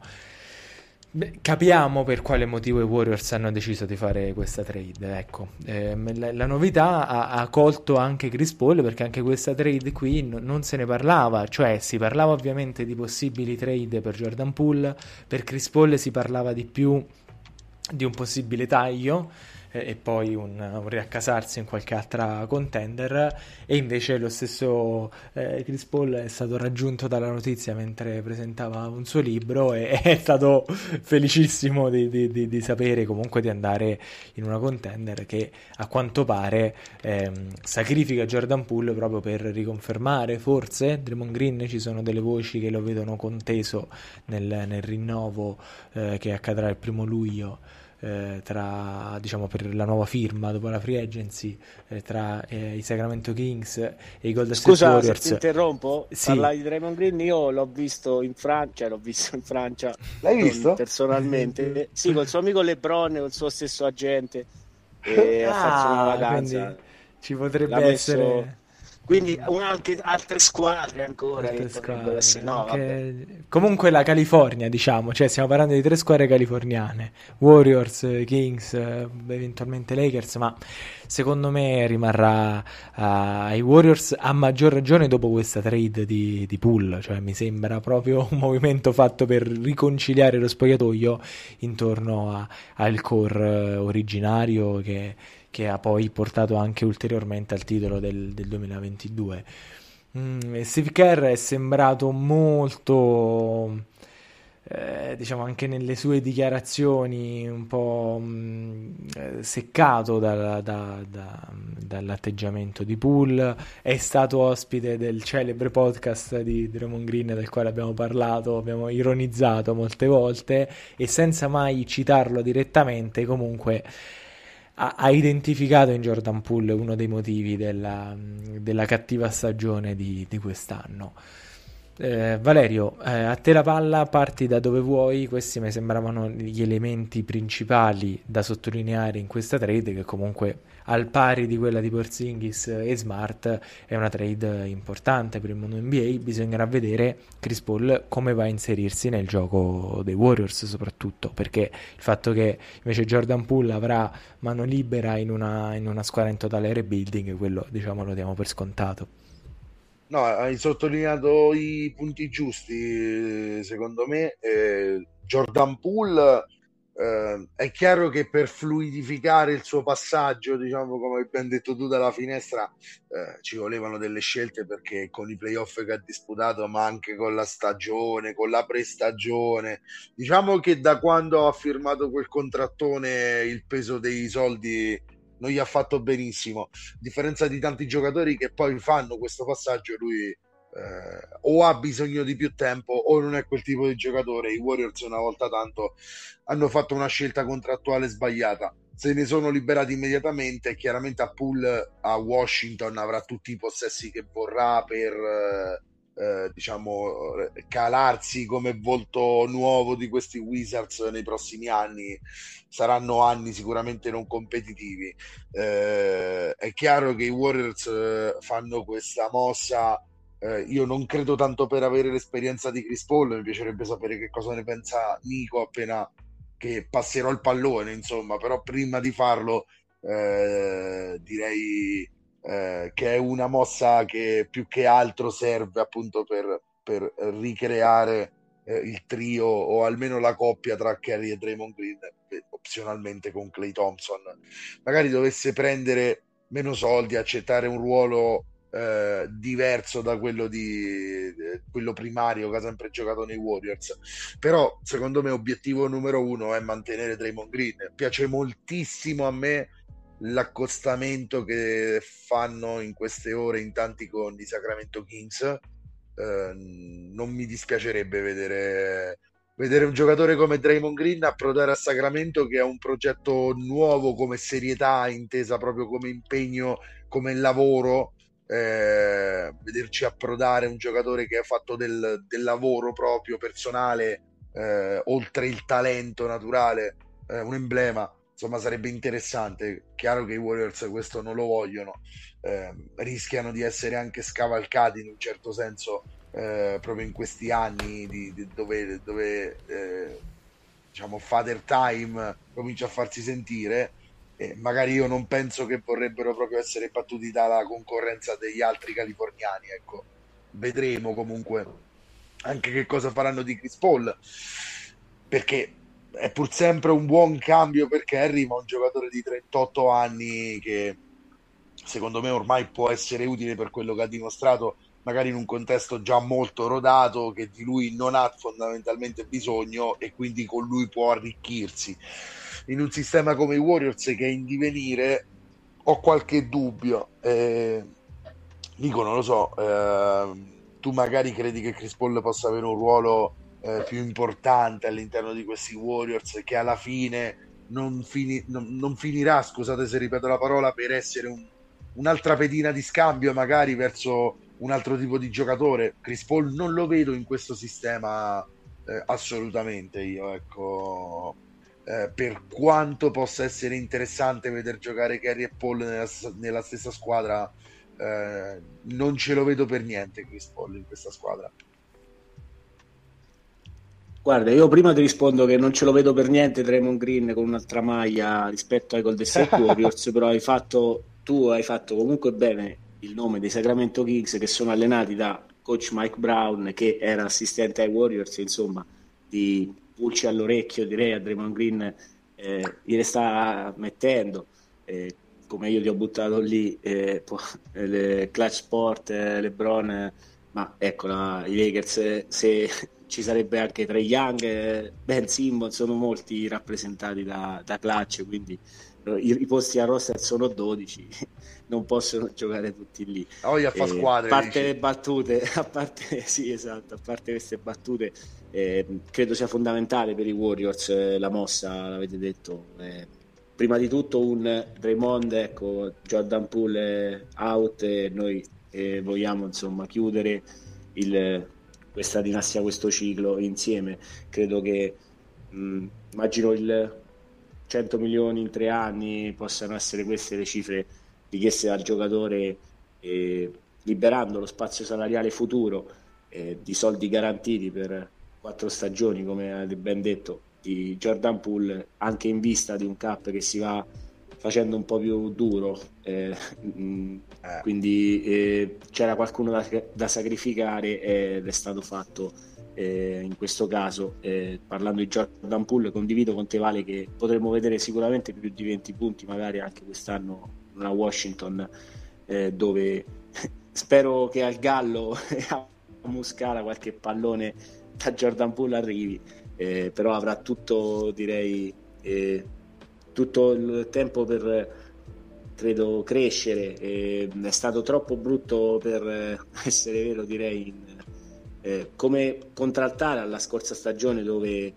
Speaker 1: Beh, capiamo per quale motivo i Warriors hanno deciso di fare questa trade, ecco. Eh, la, la novità ha, ha colto anche Chris Paul, perché anche questa trade qui no, non se ne parlava, cioè si parlava ovviamente di possibili trade per Jordan Poole, per Chris Paul si parlava di più di un possibile taglio eh, e poi un, un riaccasarsi in qualche altra contender, e invece lo stesso eh, Chris Paul è stato raggiunto dalla notizia mentre presentava un suo libro e è stato felicissimo di, di, di, di sapere comunque di andare in una contender che a quanto pare ehm, sacrifica Jordan Poole proprio per riconfermare forse Draymond Green. Ci sono delle voci che lo vedono conteso nel, nel rinnovo eh, che accadrà il primo luglio eh, tra, diciamo, per la nuova firma dopo la free agency eh, tra eh, i Sacramento Kings e i Golden State
Speaker 3: Scusa
Speaker 1: Warriors.
Speaker 3: se ti interrompo,
Speaker 1: Sì.
Speaker 3: parlavi di Draymond Green, io l'ho visto in Francia, cioè l'ho visto in Francia.
Speaker 2: L'hai
Speaker 3: non
Speaker 2: visto?
Speaker 3: personalmente, sì, col suo amico LeBron, col suo stesso agente, e a farsi una
Speaker 1: Ah,
Speaker 3: vacanza.
Speaker 1: quindi ci potrebbe
Speaker 3: L'ha messo-
Speaker 1: essere
Speaker 3: Quindi un- anche altre squadre ancora
Speaker 1: altre
Speaker 3: che potrebbero
Speaker 1: squadre,
Speaker 3: essere- no, vabbè.
Speaker 1: anche- comunque la California, diciamo, cioè stiamo parlando di tre squadre californiane, Warriors, Kings, eh, eventualmente Lakers, ma secondo me rimarrà eh, ai Warriors, a maggior ragione dopo questa trade di, di Poole, cioè mi sembra proprio un movimento fatto per riconciliare lo spogliatoio intorno a- al core eh, originario che che ha poi portato anche ulteriormente al titolo del, del duemilaventidue. Mm, e Steve Kerr è sembrato molto, eh, diciamo, anche nelle sue dichiarazioni un po' mm, eh, seccato dalla- da- da- dall'atteggiamento di Poole. È stato ospite del celebre podcast di Draymond Green, del quale abbiamo parlato, abbiamo ironizzato molte volte, e senza mai citarlo direttamente, comunque ha, ha identificato in Jordan Poole uno dei motivi della, della cattiva stagione di, di quest'anno. Eh, Valerio, eh, a te la palla, parti da dove vuoi. Questi mi sembravano gli elementi principali da sottolineare in questa trade, che comunque al pari di quella di Porzingis e Smart è una trade importante per il mondo N B A. Bisognerà vedere Chris Paul come va a inserirsi nel gioco dei Warriors, soprattutto perché il fatto che invece Jordan Poole avrà mano libera in una, in una squadra in totale rebuilding, quello diciamo lo diamo per scontato.
Speaker 2: No, hai sottolineato i punti giusti, secondo me. Eh, Jordan Poole, eh, è chiaro che per fluidificare il suo passaggio, diciamo, come hai ben detto tu, dalla finestra, eh, ci volevano delle scelte, perché con i playoff che ha disputato, ma anche con la stagione, con la prestagione, diciamo che da quando ha firmato quel contrattone il peso dei soldi non gli ha fatto benissimo, a differenza di tanti giocatori che poi fanno questo passaggio. Lui eh, o ha bisogno di più tempo o non è quel tipo di giocatore. I Warriors una volta tanto hanno fatto una scelta contrattuale sbagliata, se ne sono liberati immediatamente. Chiaramente a Poole a Washington avrà tutti i possessi che vorrà per eh, eh, diciamo calarsi come volto nuovo di questi Wizards nei prossimi anni. Saranno anni sicuramente non competitivi. Eh, è chiaro che i Warriors eh, fanno questa mossa. Eh, io non credo tanto per avere l'esperienza di Chris Paul. Mi piacerebbe sapere che cosa ne pensa Nico appena che passerò il pallone, insomma, però prima di farlo eh, direi eh, che è una mossa che più che altro serve appunto per, per ricreare eh, il trio, o almeno la coppia tra Curry e Draymond Green, eh, opzionalmente con Klay Thompson. Magari dovesse prendere meno soldi, accettare un ruolo eh, diverso da quello di eh, quello primario che ha sempre giocato nei Warriors. Però secondo me obiettivo numero uno è mantenere Draymond Green. Piace moltissimo a me l'accostamento che fanno in queste ore in tanti con i Sacramento Kings. Eh, non mi dispiacerebbe vedere vedere un giocatore come Draymond Green approdare a Sacramento, che è un progetto nuovo come serietà, intesa proprio come impegno, come lavoro. Eh, vederci approdare un giocatore che ha fatto del, del lavoro proprio personale, eh, oltre il talento naturale, eh, un emblema. Insomma, sarebbe interessante. Chiaro che i Warriors questo non lo vogliono, eh, rischiano di essere anche scavalcati in un certo senso, eh, proprio in questi anni di, di dove, dove eh, diciamo Father Time comincia a farsi sentire. E magari io non penso che vorrebbero proprio essere battuti dalla concorrenza degli altri californiani, ecco. Vedremo comunque anche che cosa faranno di Chris Paul, perché è pur sempre un buon cambio per Curry, ma un giocatore di trentotto anni che secondo me ormai può essere utile per quello che ha dimostrato, magari in un contesto già molto rodato, che di lui non ha fondamentalmente bisogno, e quindi con lui può arricchirsi. In un sistema come i Warriors che è in divenire ho qualche dubbio. eh, Nico, non lo so, eh, tu magari credi che Chris Paul possa avere un ruolo eh, più importante all'interno di questi Warriors, che alla fine non, fini- non, non finirà, scusate se ripeto la parola, per essere un, un'altra pedina di scambio magari verso un altro tipo di giocatore. Chris Paul non lo vedo in questo sistema eh, assolutamente io, ecco. Eh, per quanto possa essere interessante vedere giocare Curry e Paul nella, nella stessa squadra, eh, non ce lo vedo per niente Chris Paul in questa squadra.
Speaker 3: Guarda, io prima ti rispondo che non ce lo vedo per niente Draymond Green con un'altra maglia rispetto ai Golden State Warriors, però hai fatto, tu hai fatto comunque bene il nome dei Sacramento Kings, che sono allenati da coach Mike Brown, che era assistente ai Warriors. Insomma, di pulci all'orecchio direi a Draymond Green eh, gliene sta mettendo, eh, come io ti ho buttato lì eh, le Clutch Sport, eh, LeBron, eh, ma ecco la, i Lakers, eh, se ci sarebbe anche Trae Young, eh, Ben Simmons, sono molti rappresentati da, da Clutch, quindi eh, i, i posti a roster sono dodici, non possono giocare tutti lì.
Speaker 2: Oh, a fa squadre,
Speaker 3: a parte
Speaker 2: dici.
Speaker 3: le battute, a parte sì, esatto, a parte queste battute, eh, credo sia fondamentale per i Warriors eh, la mossa, l'avete detto, eh, prima di tutto un Draymond, ecco, Jordan Poole out e noi eh, vogliamo insomma chiudere il, questa dinastia, questo ciclo insieme. Credo che mh, immagino il cento milioni in tre anni possano essere queste le cifre richieste dal giocatore, eh, liberando lo spazio salariale futuro, eh, di soldi garantiti per quattro stagioni, come avete ben detto, di Jordan Poole, anche in vista di un cap che si va facendo un po' più duro, eh, mh,
Speaker 2: Eh,
Speaker 3: quindi eh, c'era qualcuno da, da sacrificare ed è stato fatto eh, in questo caso. Eh, parlando di Jordan Poole, condivido con te, Vale, che potremmo vedere sicuramente più di venti punti magari anche quest'anno a Washington, eh, dove spero che al Gallo e a Muscala qualche pallone da Jordan Poole arrivi, eh, però avrà tutto, direi, eh, tutto il tempo per, credo, crescere. Eh, è stato troppo brutto per eh, essere vero, direi, in, eh, come contraltare alla scorsa stagione, dove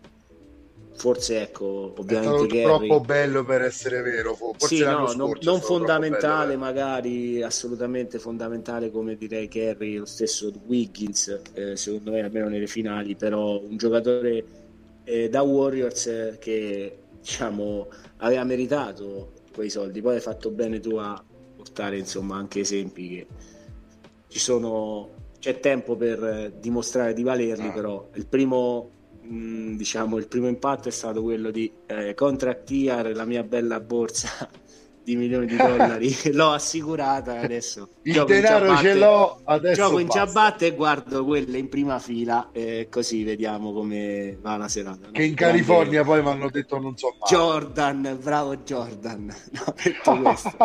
Speaker 3: forse, ecco,
Speaker 2: è
Speaker 3: ovviamente
Speaker 2: stato troppo
Speaker 3: Gary,
Speaker 2: bello per essere vero, fo- forse
Speaker 3: sì,
Speaker 2: l'anno
Speaker 3: no, non,
Speaker 2: scorso è
Speaker 3: non
Speaker 2: stato troppo bello
Speaker 3: fondamentale,
Speaker 2: per...
Speaker 3: magari assolutamente fondamentale come direi Kerry, lo stesso Wiggins, eh, secondo me almeno nelle finali, però un giocatore eh, da Warriors, eh, che diciamo aveva meritato quei soldi. Poi hai fatto bene tu a portare insomma anche esempi che ci sono, c'è tempo per eh, dimostrare di valerli,
Speaker 2: Ah.
Speaker 3: però il primo mh, diciamo il primo impatto è stato quello di eh, contract year, la mia bella borsa di milioni di dollari l'ho assicurata, adesso
Speaker 2: Il
Speaker 3: gioco in
Speaker 2: denaro ce
Speaker 3: ciabatte,
Speaker 2: l'ho,
Speaker 3: gioco
Speaker 2: adesso
Speaker 3: in
Speaker 2: basta.
Speaker 3: ciabatte e guardo quelle in prima fila, eh, così vediamo come va la serata,
Speaker 2: Che
Speaker 3: no?
Speaker 2: in
Speaker 3: Grande
Speaker 2: California poi mi hanno detto non so mai.
Speaker 3: Jordan, bravo Jordan. No, detto questo,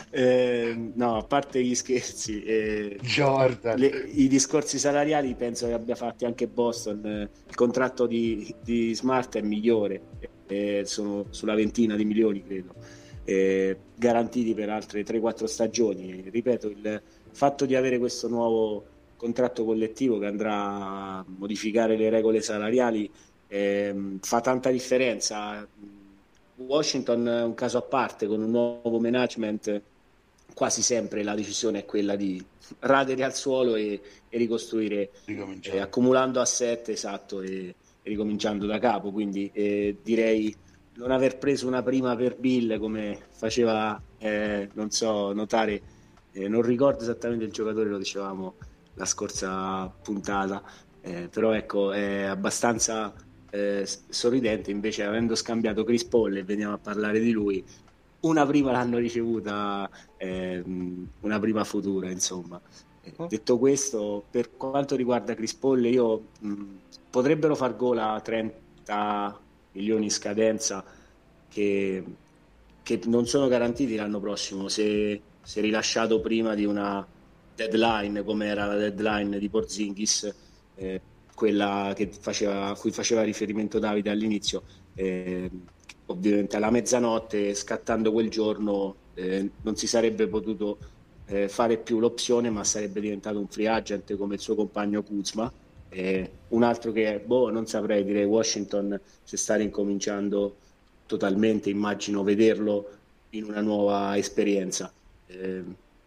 Speaker 3: eh, no, a parte gli scherzi, eh,
Speaker 2: Jordan.
Speaker 3: le- i discorsi salariali penso che abbia fatti anche Boston. Eh, il contratto di, di Smart è migliore, eh, sono sulla ventina di milioni, credo, eh, garantiti per altre tre quattro stagioni. Ripeto, il fatto di avere questo nuovo contratto collettivo che andrà a modificare le regole salariali, ehm, fa tanta differenza. Washington è un caso a parte, con un nuovo management quasi sempre la decisione è quella di radere al suolo e, e ricostruire, eh,
Speaker 2: Ricominciare.
Speaker 3: accumulando asset, esatto, e, e ricominciando da capo. Quindi eh, direi non aver preso una prima per Bill, come faceva, eh, non so, notare, eh, non ricordo esattamente il giocatore, lo dicevamo la scorsa puntata, eh, però ecco, è abbastanza eh, sorridente invece, avendo scambiato Chris Paul, e veniamo a parlare di lui, una prima l'hanno ricevuta, ehm, una prima futura, insomma. Eh, detto questo, per quanto riguarda Chris Paul, io mh, potrebbero far gola a trenta milioni in scadenza che, che non sono garantiti l'anno prossimo se, se rilasciato prima di una deadline, come era la deadline di Porzingis, eh, quella che faceva, a cui faceva riferimento Davide all'inizio. Eh, ovviamente alla mezzanotte, scattando quel giorno, eh, non si sarebbe potuto eh, fare più l'opzione, ma sarebbe diventato un free agent come il suo compagno Kuzma. Eh, un altro che, boh, non saprei, direi Washington se sta ricominciando totalmente, immagino vederlo in una nuova esperienza. Eh,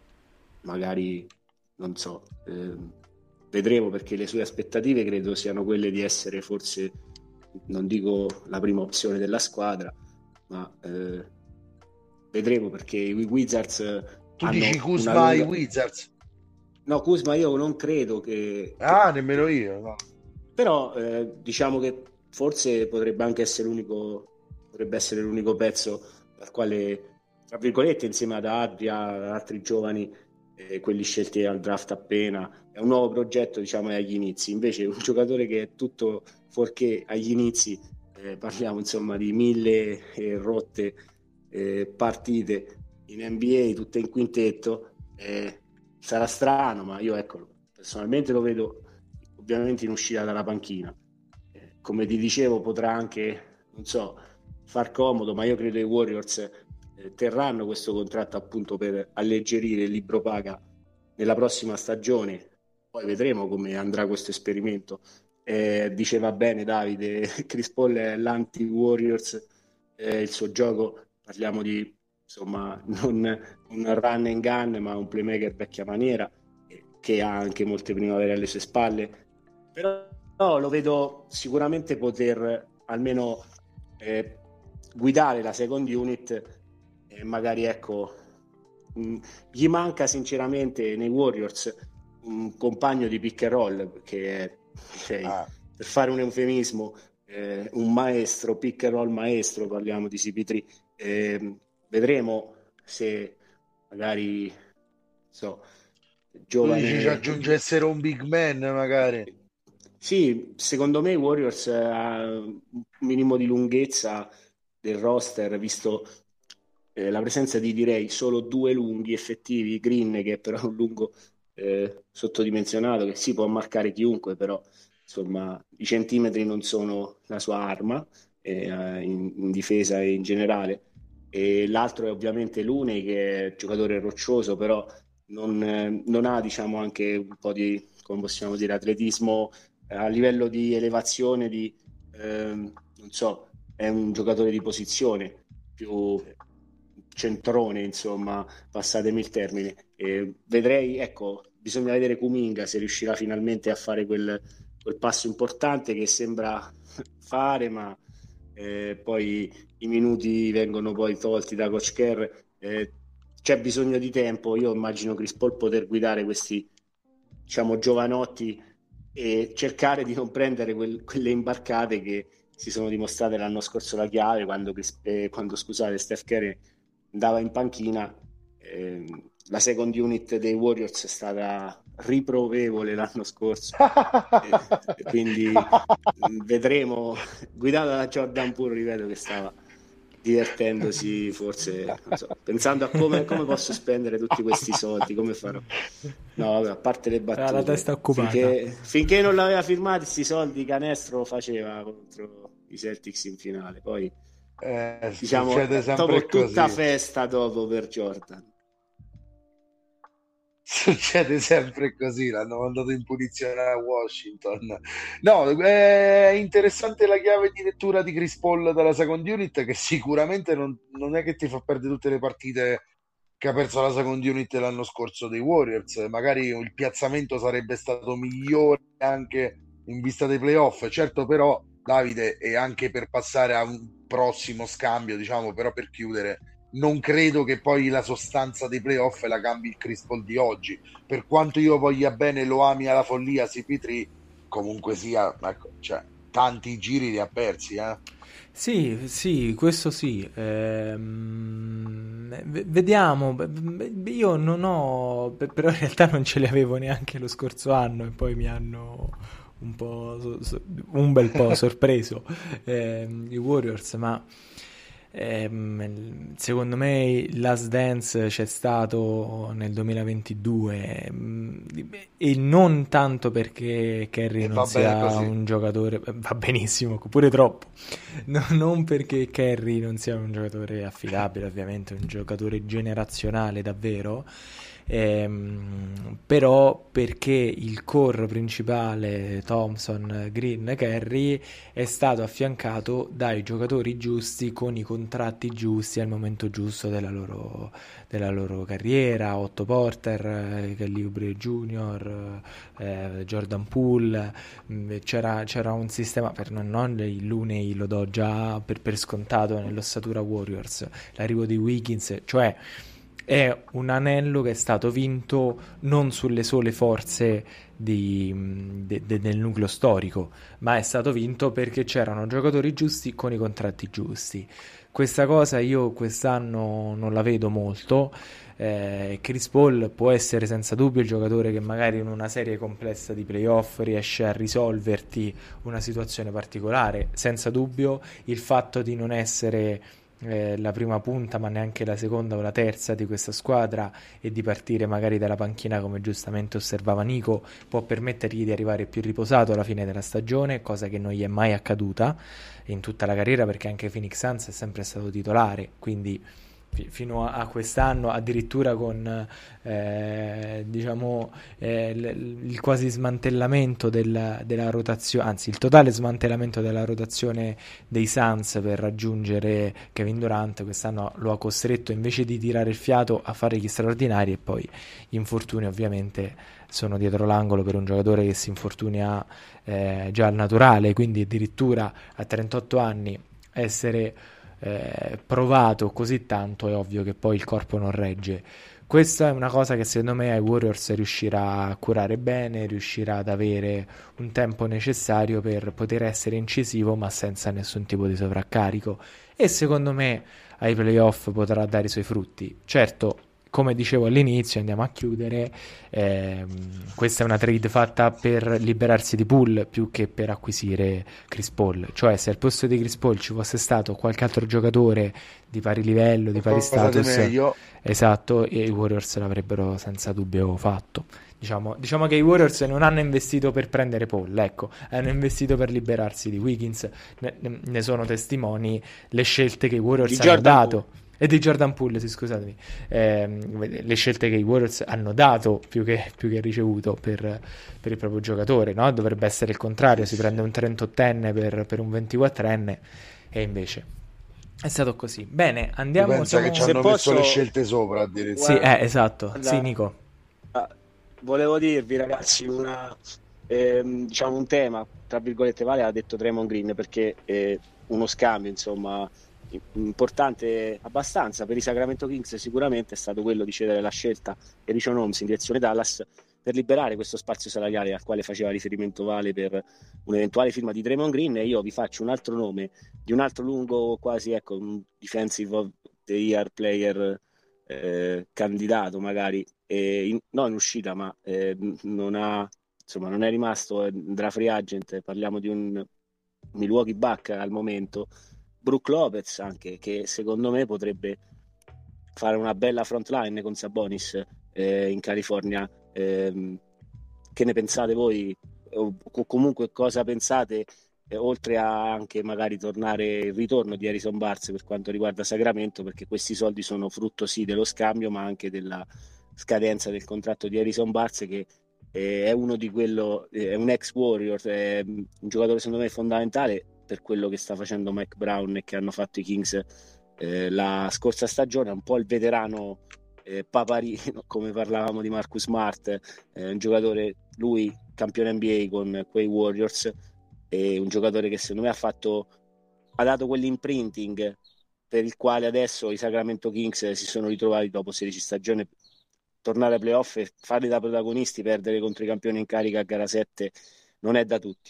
Speaker 3: magari, non so, eh, vedremo, perché le sue aspettative credo siano quelle di essere forse, non dico la prima opzione della squadra, ma eh, vedremo, perché i Wizards
Speaker 2: Tu dici
Speaker 3: hanno una
Speaker 2: Kuzma ai
Speaker 3: lunga...
Speaker 2: Wizards?
Speaker 3: No, Kuzma io non credo che... che...
Speaker 2: Ah, nemmeno io. No.
Speaker 3: Però eh, diciamo che forse potrebbe anche essere l'unico, potrebbe essere l'unico pezzo dal quale, tra virgolette, insieme ad Adria, ad altri giovani, eh, quelli scelti al draft appena, è un nuovo progetto, diciamo, è agli inizi. Invece un giocatore che è tutto fuorché agli inizi, eh, parliamo insomma di mille eh, rotte eh, partite in N B A, tutte in quintetto, eh, sarà strano, ma io ecco, personalmente lo vedo ovviamente in uscita dalla panchina. Eh, come ti dicevo, potrà anche, non so, far comodo, ma io credo i Warriors eh, terranno questo contratto appunto per alleggerire il libro paga nella prossima stagione. Poi vedremo come andrà questo esperimento. Eh, diceva bene Davide, Chris Paul è l'anti-Warriors, eh, il suo gioco parliamo di insomma non un run and gun, ma un playmaker vecchia maniera, che ha anche molte primavere alle sue spalle, però no, lo vedo sicuramente poter almeno eh, guidare la second unit, e magari ecco mh, gli manca sinceramente nei Warriors un compagno di pick and roll che è, okay, ah. per fare un eufemismo, eh, un maestro, pick and roll maestro, parliamo di C P tre. Eh, vedremo se magari so giovane...
Speaker 2: Tu dici ci aggiungessero un big man magari?
Speaker 3: Sì, secondo me i Warriors ha un minimo di lunghezza del roster, visto eh, la presenza di direi solo due lunghi effettivi, Green che è però un lungo eh, sottodimensionato che si può marcare chiunque, però insomma i centimetri non sono la sua arma eh, in, in difesa e in generale, e l'altro è ovviamente Looney che è giocatore roccioso, però non, eh, non ha diciamo anche un po' di, come possiamo dire, atletismo eh, a livello di elevazione, di eh, non so, è un giocatore di posizione più centrone, insomma, passatemi il termine. E vedrei, ecco, bisogna vedere Kuminga se riuscirà finalmente a fare quel, quel passo importante che sembra fare, ma eh, poi i minuti vengono poi tolti da Coach Kerr. Eh, c'è bisogno di tempo. Io immagino Chris Paul poter guidare questi, diciamo, giovanotti e cercare di non prendere quel, quelle imbarcate che si sono dimostrate l'anno scorso la chiave, quando, eh, quando scusate, Steph Curry andava in panchina. Eh, la second unit dei Warriors è stata riprovevole l'anno scorso, eh, quindi vedremo, guidata da Jordan Poole, ripeto, che stava divertendosi forse, non so, pensando a come, come posso spendere tutti questi soldi, come farò. No, vabbè, a parte le battute,
Speaker 1: la testa occupata.
Speaker 3: Finché, finché non l'aveva firmato questi soldi, canestro lo faceva contro i Celtics in finale, poi
Speaker 2: eh,
Speaker 3: diciamo dopo tutta festa dopo per Jordan.
Speaker 2: Succede sempre così, l'hanno mandato in punizione a Washington. No, è interessante la chiave di lettura di Chris Paul dalla second unit, che sicuramente non, non è che ti fa perdere tutte le partite che ha perso la second unit l'anno scorso dei Warriors. Magari il piazzamento sarebbe stato migliore anche in vista dei playoff, certo, però Davide, e anche per passare a un prossimo scambio, diciamo, però per chiudere, non credo che poi la sostanza dei playoff la cambi il Chris Paul di oggi. Per quanto io voglia bene, lo ami alla follia C P tre, comunque sia, ecco, cioè, tanti giri li ha persi, eh?
Speaker 1: Sì, sì, questo sì. Ehm, vediamo. Io non ho, però in realtà non ce li avevo neanche lo scorso anno e poi mi hanno un po' un bel po' sorpreso ehm, i Warriors, ma Ehm, secondo me Last Dance c'è stato nel duemilaventidue ehm, e non tanto perché Curry
Speaker 2: E
Speaker 1: non
Speaker 2: va bene
Speaker 1: sia
Speaker 2: così.
Speaker 1: un giocatore, va benissimo, pure troppo, No- non perché Curry non sia un giocatore affidabile, ovviamente un giocatore generazionale davvero, ehm, però perché il core principale Thompson, Green, Curry è stato affiancato dai giocatori giusti con i contratti giusti al momento giusto della loro, della loro carriera. Otto Porter, eh, Kelly Oubre Junior, eh, Jordan Poole, mh, c'era, c'era un sistema per non, non il Looney lo do già per, per scontato nell'ossatura Warriors, l'arrivo di Wiggins, cioè è un anello che è stato vinto non sulle sole forze di, de, de, del nucleo storico, ma è stato vinto perché c'erano giocatori giusti con i contratti giusti. Questa cosa io quest'anno non la vedo molto. Eh, Chris Paul può essere senza dubbio il giocatore che magari in una serie complessa di playoff riesce a risolverti una situazione particolare. Senza dubbio il fatto di non essere eh, la prima punta ma neanche la seconda o la terza di questa squadra e di partire magari dalla panchina, come giustamente osservava Nico, può permettergli di arrivare più riposato alla fine della stagione, cosa che non gli è mai accaduta in tutta la carriera, perché anche Phoenix Suns è sempre stato titolare, quindi fi- fino a, a quest'anno, addirittura con eh, diciamo eh, l- il quasi smantellamento della, della rotazione, anzi il totale smantellamento della rotazione dei Suns per raggiungere Kevin Durant, quest'anno lo ha costretto invece di tirare il fiato a fare gli straordinari, e poi gli infortuni ovviamente sono dietro l'angolo per un giocatore che si infortuna eh, già al naturale, quindi addirittura a trentotto anni essere eh, provato così tanto, è ovvio che poi il corpo non regge. Questa è una cosa che secondo me ai Warriors riuscirà a curare bene, riuscirà ad avere un tempo necessario per poter essere incisivo ma senza nessun tipo di sovraccarico, e secondo me ai playoff potrà dare i suoi frutti. Certo, come dicevo all'inizio, andiamo a chiudere, ehm, questa è una trade fatta per liberarsi di Poole più che per acquisire Chris Paul, cioè se al posto di Chris Paul ci fosse stato qualche altro giocatore di pari livello, di pari
Speaker 2: Qualcosa di
Speaker 1: status,
Speaker 2: meglio.
Speaker 1: esatto, e i Warriors l'avrebbero senza dubbio fatto. Diciamo, diciamo che i Warriors non hanno investito per prendere Paul, ecco, hanno investito per liberarsi di Wiggins, ne, ne sono testimoni le scelte che i Warriors
Speaker 3: Di
Speaker 1: hanno
Speaker 3: Jordan
Speaker 1: dato.
Speaker 3: Poole.
Speaker 1: E di Jordan Poole, sì, scusatemi. Ehm, le scelte che i Warriors hanno dato più che, più che ricevuto per, per il proprio giocatore, no? Dovrebbe essere il contrario, si prende un trentottenne per, per un ventiquattrenne, e invece è stato così. Bene,
Speaker 2: Tu
Speaker 1: andiamo.
Speaker 2: pensa che
Speaker 1: Siamo...
Speaker 2: ci
Speaker 3: Se
Speaker 2: hanno messo le
Speaker 3: posso,
Speaker 2: scelte sopra addirittura.
Speaker 1: Sì, eh, esatto. Sì,
Speaker 3: guarda,
Speaker 1: Nico.
Speaker 3: ah, volevo dirvi ragazzi una, ehm, diciamo un tema, tra virgolette, Vale ha detto Draymond Green perché eh, uno scambio, insomma, importante abbastanza per i Sacramento Kings sicuramente è stato quello di cedere la scelta e Richaun Holmes in direzione Dallas per liberare questo spazio salariale al quale faceva riferimento Vale per un'eventuale firma di Draymond Green. E io vi faccio un altro nome di un altro lungo, quasi ecco un defensive of the year player eh, candidato magari eh, in, no in uscita ma eh, non ha insomma non è rimasto da free agent. Parliamo di un Milwaukee Buck al momento, Brook Lopez anche, che secondo me potrebbe fare una bella front line con Sabonis eh, in California. Eh, che ne pensate voi? O, o comunque cosa pensate, eh, oltre a anche magari tornare il ritorno di Harrison Barnes per quanto riguarda Sacramento, perché questi soldi sono frutto sì dello scambio ma anche della scadenza del contratto di Harrison Barnes, che eh, è uno di quello, eh, è un ex Warrior, è un giocatore secondo me fondamentale per quello che sta facendo Mike Brown e che hanno fatto i Kings eh, la scorsa stagione. È un po' il veterano eh, Paparino, come parlavamo di Marcus Smart, eh, un giocatore, lui campione N B A con quei Warriors, e un giocatore che secondo me ha fatto ha dato quell'imprinting per il quale adesso i Sacramento Kings si sono ritrovati dopo sedici stagioni, tornare ai playoff e farli da protagonisti, perdere contro i campioni in carica a gara sette non è da tutti.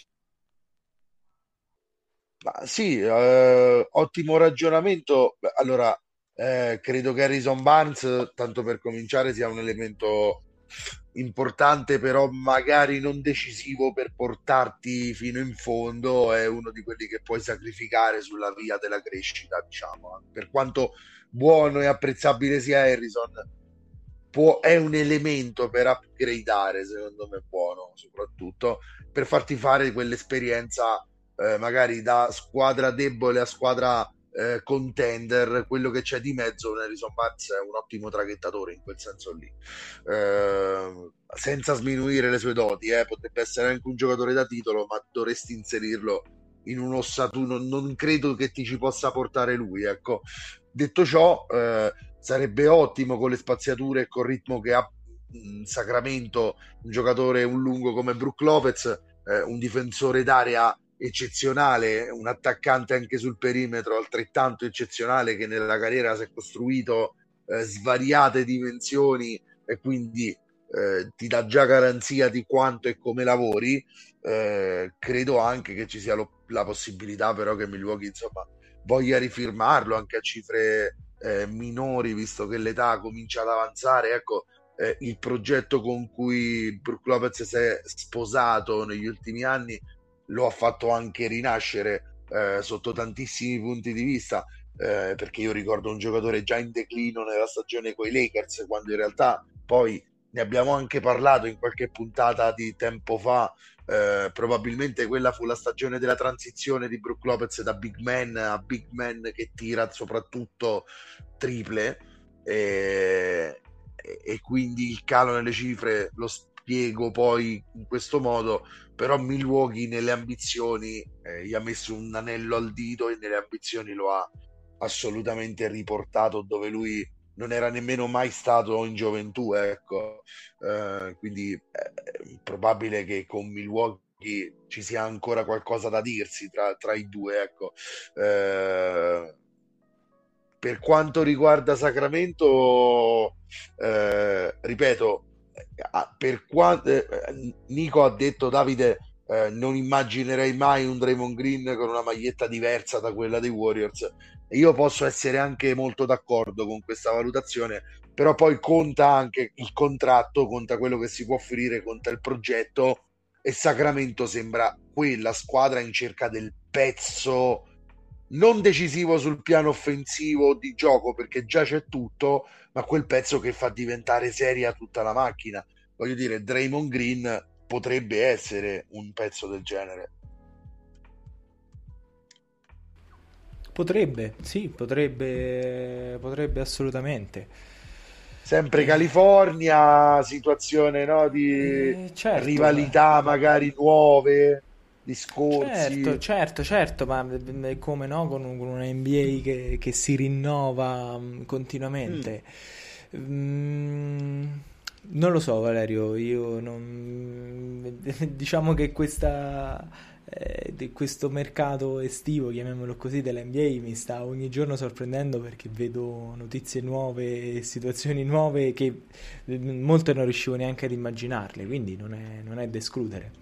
Speaker 2: Ma sì, eh, ottimo ragionamento. Beh, allora, eh, credo che Harrison Barnes, tanto per cominciare, sia un elemento importante, però magari non decisivo per portarti fino in fondo. È uno di quelli che puoi sacrificare sulla via della crescita, diciamo. Per quanto buono e apprezzabile sia Harrison, può, è un elemento per upgradeare, secondo me buono, soprattutto per farti fare quell'esperienza eh, magari da squadra debole a squadra eh, contender. Quello che c'è di mezzo, un Harrison Barnes è un ottimo traghettatore in quel senso lì, eh, senza sminuire le sue doti, eh, potrebbe essere anche un giocatore da titolo, ma dovresti inserirlo in un'ossatura, non, non credo che ti ci possa portare lui, ecco. Detto ciò, eh, sarebbe ottimo con le spaziature e col ritmo che ha in Sacramento un giocatore, un lungo come Brook Lopez, eh, un difensore d'area eccezionale, un attaccante anche sul perimetro altrettanto eccezionale, che nella carriera si è costruito eh, svariate dimensioni e quindi eh, ti dà già garanzia di quanto e come lavori. Eh, credo anche che ci sia lo, la possibilità però che Milwaukee insomma voglia rifirmarlo anche a cifre eh, minori, visto che l'età comincia ad avanzare. Ecco, eh, il progetto con cui Brook Lopez si è sposato negli ultimi anni lo ha fatto anche rinascere eh, sotto tantissimi punti di vista, eh, perché io ricordo un giocatore già in declino nella stagione con i Lakers, quando in realtà poi ne abbiamo anche parlato in qualche puntata di tempo fa. Eh, probabilmente quella fu la stagione della transizione di Brook Lopez da big man a big man che tira soprattutto triple, e, e quindi il calo nelle cifre lo spiego poi in questo modo. Però Milwaukee nelle ambizioni eh, gli ha messo un anello al dito e nelle ambizioni lo ha assolutamente riportato dove lui non era nemmeno mai stato in gioventù, ecco. Eh, quindi è probabile che con Milwaukee ci sia ancora qualcosa da dirsi tra, tra i due, ecco. Eh, per quanto riguarda Sacramento, eh, ripeto, per quanto eh, Nico ha detto, Davide, eh, non immaginerei mai un Draymond Green con una maglietta diversa da quella dei Warriors. Io posso essere anche molto d'accordo con questa valutazione, però poi conta anche il contratto, conta quello che si può offrire, conta il progetto, e Sacramento sembra quella squadra in cerca del pezzo non decisivo sul piano offensivo di gioco, perché già c'è tutto, ma quel pezzo che fa diventare seria tutta la macchina. Voglio dire, Draymond Green potrebbe essere un pezzo del genere.
Speaker 1: Potrebbe, sì, potrebbe, potrebbe assolutamente.
Speaker 2: Sempre
Speaker 1: Eh,
Speaker 2: California, situazione, no, di
Speaker 1: eh, certo,
Speaker 2: rivalità magari nuove,
Speaker 1: certo,
Speaker 2: discorsi.
Speaker 1: certo, certo, ma eh, come no, con, un- con una N B A che, che si rinnova mm,
Speaker 2: Mm.
Speaker 1: continuamente. Mm, non lo so, Valerio, io non... diciamo che questa, eh, di questo mercato estivo, chiamiamolo così, della N B A mi sta ogni giorno sorprendendo perché vedo notizie nuove, situazioni nuove che eh, molte non riuscivo neanche ad immaginarle, quindi non è, non è da escludere.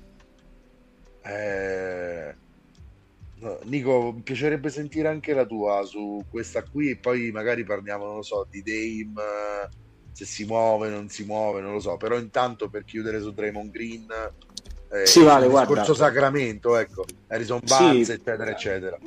Speaker 2: Eh, no, Nico, mi piacerebbe sentire anche la tua su questa qui, e poi magari parliamo, non lo so, di Dame, eh, se si muove, non si muove, non lo so. Però intanto, per chiudere su Draymond Green, eh,
Speaker 3: Sì,
Speaker 2: e sul
Speaker 3: vale, guarda,
Speaker 2: discorso Sacramento, ecco, Harrison Barnes,
Speaker 3: sì,
Speaker 2: eccetera, eccetera.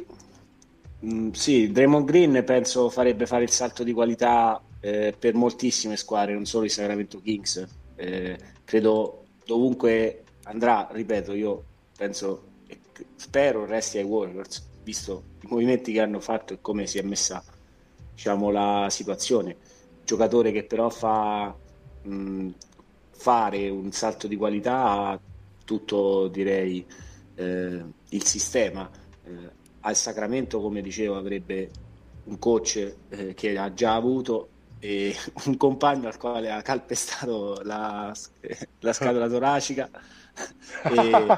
Speaker 3: mm, sì, Draymond Green penso farebbe fare il salto di qualità eh, per moltissime squadre, non solo i Sacramento Kings. Eh, credo dovunque andrà, ripeto, io penso e c- spero resti ai Warriors, visto i movimenti che hanno fatto e come si è messa, diciamo, la situazione. Giocatore che però fa mh, fare un salto di qualità a tutto, direi, eh, il sistema. Eh, al Sacramento, come dicevo, avrebbe un coach eh, che ha già avuto e un compagno al quale ha calpestato la, la scatola toracica e,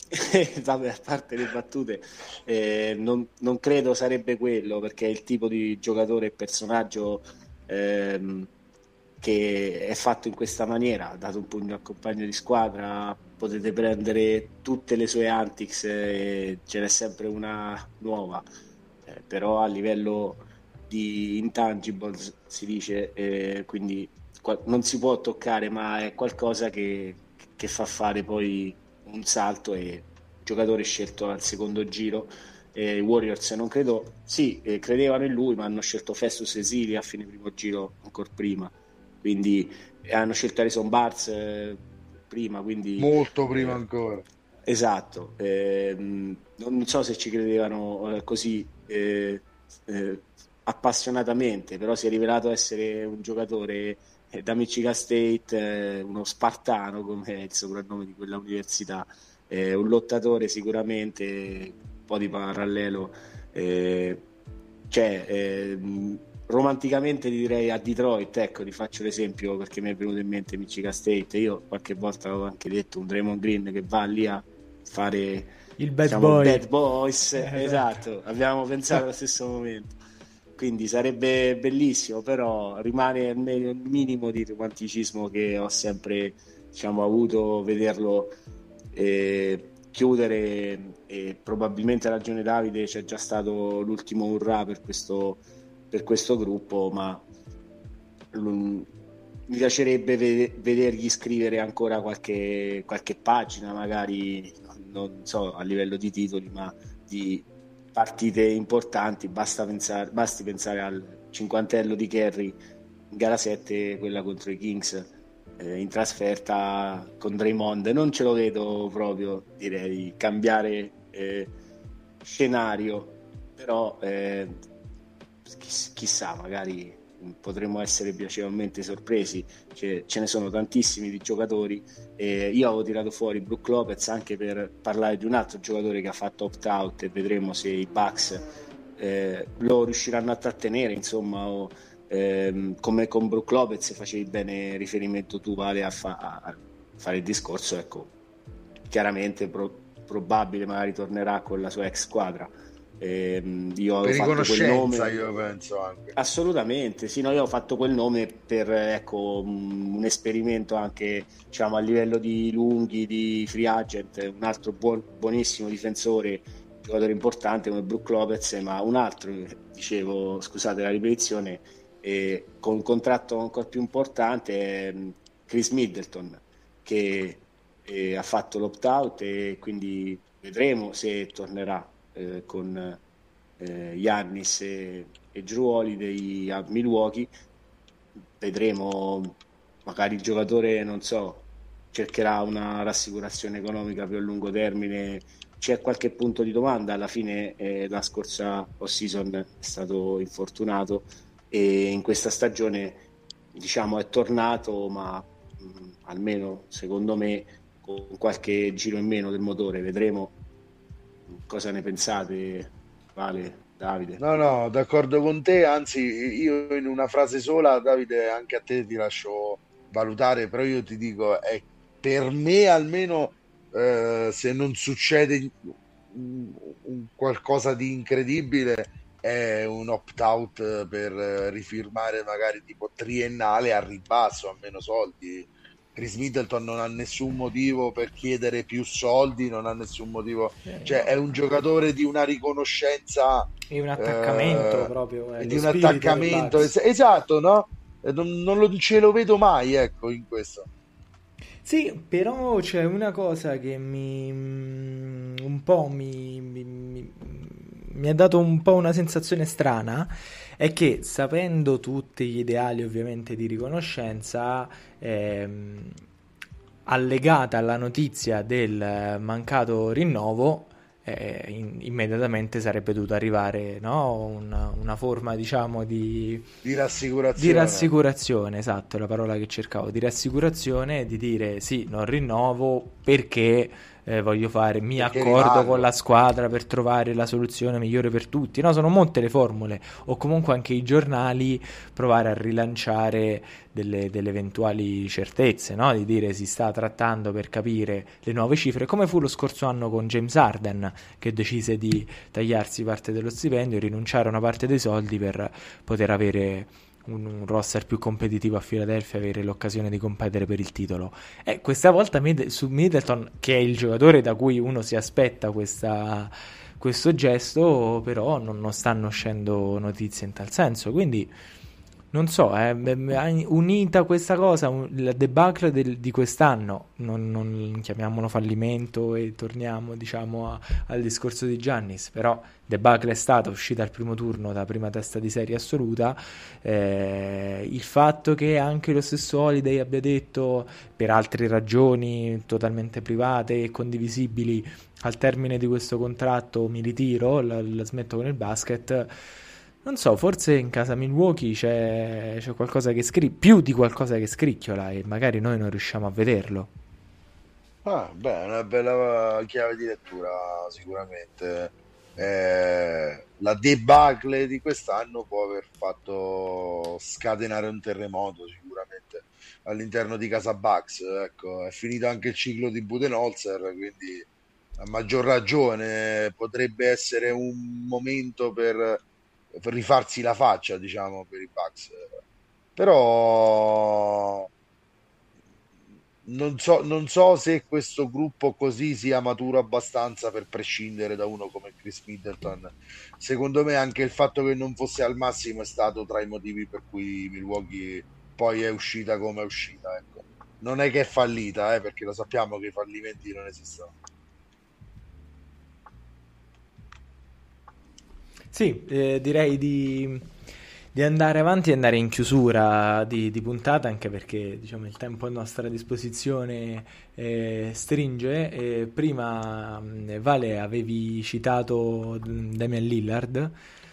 Speaker 3: e vabbè, a parte le battute, eh, non, non credo sarebbe quello, perché è il tipo di giocatore e personaggio ehm, che è fatto in questa maniera. Ha dato un pugno al compagno di squadra, potete prendere tutte le sue antics e ce n'è sempre una nuova. Eh, però a livello di intangibles si dice, eh, quindi qua- non si può toccare, ma è qualcosa che, che fa fare poi un salto, e giocatore scelto al secondo giro. Eh, I Warriors non credo, sì, eh, credevano in lui, ma hanno scelto Festus Esili a fine primo giro ancora prima, quindi eh, hanno scelto Harrison Barnes eh, prima, quindi
Speaker 2: Molto prima
Speaker 3: eh,
Speaker 2: ancora.
Speaker 3: esatto. Ehm, non so se ci credevano eh, così eh, eh, appassionatamente, però si è rivelato essere un giocatore eh, da Michigan State, eh, uno spartano come è il soprannome di quella università, eh, un lottatore sicuramente, un po' di parallelo. eh, cioè, ehm, romanticamente ti direi a Detroit, ecco, ti faccio l'esempio perché mi è venuto in mente Michigan State. Io qualche volta avevo anche detto un Draymond Green che va lì a fare,
Speaker 1: Il bad
Speaker 3: diciamo,
Speaker 1: boy.
Speaker 3: bad boys,
Speaker 1: Eh, esatto.
Speaker 3: esatto, abbiamo pensato allo stesso momento. Quindi sarebbe bellissimo, però rimane almeno il minimo di romanticismo che ho sempre, diciamo, avuto, vederlo eh, chiudere, e probabilmente ha ragione Davide, c'è già stato l'ultimo urrà per questo, per questo gruppo, ma mm, mi piacerebbe ve- vedergli scrivere ancora qualche, qualche pagina, magari non so a livello di titoli, ma di partite importanti. Basta pensare, basti pensare al cinquantello di Kerry in gara sette, quella contro i Kings, eh, in trasferta con Draymond. Non ce lo vedo proprio, direi, cambiare eh, scenario, però eh, chiss- chissà, magari potremmo essere piacevolmente sorpresi. Cioè, ce ne sono tantissimi di giocatori. Eh, io avevo tirato fuori Brook Lopez anche per parlare di un altro giocatore che ha fatto opt-out, e vedremo se i Bucks eh, lo riusciranno a trattenere, insomma, o, ehm, come con Brook Lopez facevi bene riferimento tu, Vale, a, fa- a fare il discorso, ecco, chiaramente pro- probabile magari tornerà con la sua ex squadra. Eh, io
Speaker 2: Per
Speaker 3: avevo fatto quel
Speaker 2: riconoscenza,
Speaker 3: nome,
Speaker 2: io penso anche.
Speaker 3: assolutamente sì, no, io ho fatto quel nome per, ecco, un, un esperimento anche, diciamo, a livello di lunghi, di free agent, un altro buon, buonissimo difensore, giocatore importante come Brook Lopez, ma un altro, dicevo, scusate la ripetizione, eh, con un contratto ancora più importante, è Chris Middleton, che eh, ha fatto l'opt-out, e quindi vedremo se tornerà eh, con Giannis e, e Drew Holiday a Milwaukee. Vedremo, magari il giocatore, non so, cercherà una rassicurazione economica più a lungo termine. C'è qualche punto di domanda. Alla fine eh, la scorsa off-season è stato infortunato, e in questa stagione, diciamo, è tornato, ma mh, almeno secondo me con qualche giro in meno del motore. Vedremo. Cosa ne pensate, Vale, Davide?
Speaker 2: No, no, d'accordo con te, anzi io in una frase sola, Davide, anche a te ti lascio valutare, però io ti dico, è per me almeno, eh, se non succede un- un qualcosa di incredibile, è un opt-out per eh, rifirmare magari tipo triennale a ribasso, a meno soldi. Chris Middleton non ha nessun motivo per chiedere più soldi, non ha nessun motivo,
Speaker 1: Sì,
Speaker 2: cioè
Speaker 1: no.
Speaker 2: è un giocatore di una riconoscenza
Speaker 1: È un attaccamento
Speaker 2: eh,
Speaker 1: proprio, è
Speaker 2: e
Speaker 1: lo
Speaker 2: di un
Speaker 1: spirito dei
Speaker 2: attaccamento es-
Speaker 1: Bucks.
Speaker 2: esatto, no? E non, non lo, ce lo vedo mai, ecco, in questo.
Speaker 1: Sì, però c'è una cosa che mi mm, un po' mi, mi- mi- mi ha dato un po' una sensazione strana, è che sapendo tutti gli ideali ovviamente di riconoscenza, ehm, allegata alla notizia del mancato rinnovo, eh, in- immediatamente sarebbe dovuto arrivare, no? Una, una forma, diciamo, di,
Speaker 2: Di
Speaker 1: di
Speaker 2: rassicurazione.
Speaker 1: rassicurazione, esatto, è la parola che cercavo, di rassicurazione, di dire sì, non rinnovo perché eh, voglio fare, mi
Speaker 2: Perché
Speaker 1: accordo con la
Speaker 2: rimango.
Speaker 1: squadra per trovare la soluzione migliore per tutti. No, sono molte le formule, o comunque anche i giornali provare a rilanciare delle, delle eventuali certezze, no? Di dire si sta trattando per capire le nuove cifre, come fu lo scorso anno con James Harden, che decise di tagliarsi parte dello stipendio, rinunciare a una parte dei soldi per poter avere un, un roster più competitivo a Philadelphia, avere l'occasione di competere per il titolo. E questa volta Mid- su Middleton, che è il giocatore da cui uno si aspetta questa, questo gesto, però non, non stanno uscendo notizie in tal senso, quindi non so, eh, unita questa cosa, un- la debacle del- di quest'anno, non, non chiamiamolo fallimento e torniamo, diciamo, a- al discorso di Giannis, però debacle è stata uscita al primo turno da prima testa di serie assoluta, eh, il fatto che anche lo stesso Holiday abbia detto, per altre ragioni totalmente private e condivisibili, al termine di questo contratto mi ritiro, la, la smetto con il basket. Non so, forse in casa Milwaukee c'è, c'è qualcosa che scri- più di qualcosa che scricchiola e magari noi non riusciamo a vederlo.
Speaker 2: Ah, beh, è una bella chiave di lettura, sicuramente. Eh, la debacle di quest'anno può aver fatto scatenare un terremoto, sicuramente, all'interno di casa Bucks. Ecco, è finito anche il ciclo di Budenholzer, quindi a maggior ragione potrebbe essere un momento per, per rifarsi la faccia, diciamo, per i Bucks. Però non so, non so se questo gruppo così sia maturo abbastanza per prescindere da uno come Chris Middleton. Secondo me anche il fatto che non fosse al massimo è stato tra i motivi per cui Milwaukee poi è uscita come è uscita. Ecco. Non è che è fallita, eh, perché lo sappiamo che i fallimenti non esistono.
Speaker 1: Sì, eh, direi di, di andare avanti e andare in chiusura di, di puntata, anche perché diciamo il tempo a nostra disposizione eh, stringe. E prima mh, Vale, avevi citato Damian Lillard,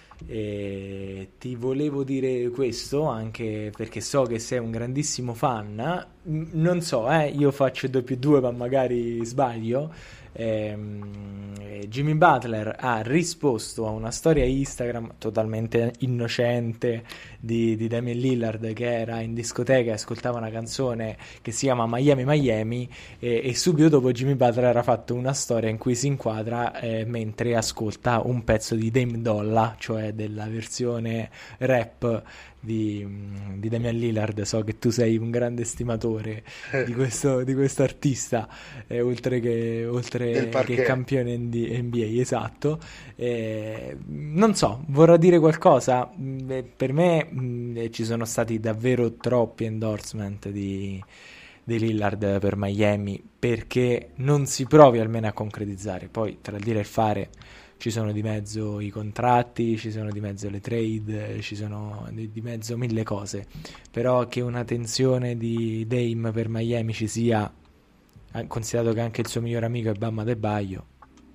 Speaker 1: e ti volevo dire questo anche perché so che sei un grandissimo fan. M- non so, eh, io faccio due più due ma magari sbaglio. Ehm, Jimmy Butler ha risposto a una storia Instagram totalmente innocente di, di Damian Lillard, che era in discoteca e ascoltava una canzone che si chiama Miami Miami, e, e subito dopo Jimmy Butler ha fatto una storia in cui si inquadra eh, mentre ascolta un pezzo di Dame Dolla, cioè della versione rap di, di Damian Lillard. So che tu sei un grande stimatore di questo, di questo artista, eh, oltre che, oltre che campione N B A, esatto. Eh, non so, vorrà dire qualcosa? Per me mh, ci sono stati davvero troppi endorsement di, di Lillard per Miami, perché non si provi almeno a concretizzare. Poi tra il dire e il fare ci sono di mezzo i contratti, ci sono di mezzo le trade, ci sono di, di mezzo mille cose, però che una tensione di Dame per Miami ci sia, considerato che anche il suo migliore amico è Bam Adebayo.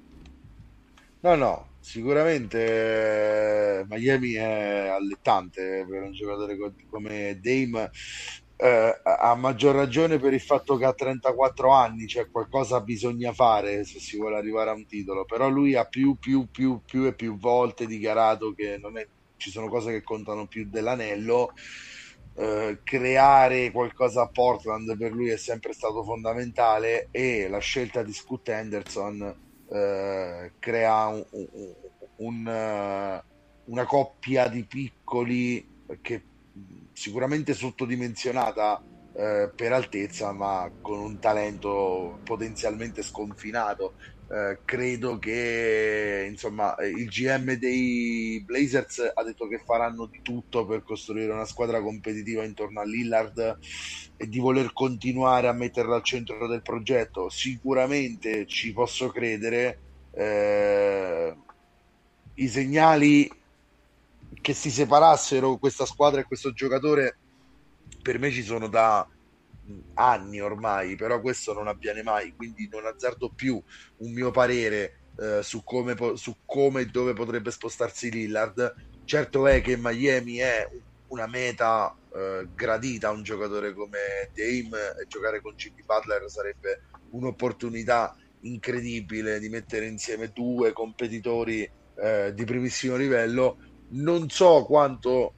Speaker 2: No, no, sicuramente eh, Miami è allettante per un giocatore co- come Dame, eh, a a maggior ragione per il fatto che ha trentaquattro anni, cioè qualcosa bisogna fare se si vuole arrivare a un titolo, però lui ha più, più, più, più e più volte dichiarato che non è- ci sono cose che contano più dell'anello. Eh, creare qualcosa a Portland per lui è sempre stato fondamentale, e la scelta di Scoot Henderson eh, crea un, un- un, eh, una coppia di piccoli che sicuramente sottodimensionata eh, per altezza, ma con un talento potenzialmente sconfinato. Eh, credo che insomma il G M dei Blazers ha detto che faranno di tutto per costruire una squadra competitiva intorno a Lillard e di voler continuare a metterla al centro del progetto. Sicuramente ci posso credere. Eh, I segnali che si separassero questa squadra e questo giocatore per me ci sono da anni ormai, però questo non avviene mai, quindi non azzardo più un mio parere eh, su come, po- su come e dove potrebbe spostarsi Lillard. Certo è che Miami è una meta eh, gradita a un giocatore come Dame, e giocare con Jimmy Butler sarebbe un'opportunità incredibile di mettere insieme due competitori eh, di primissimo livello. Non so quanto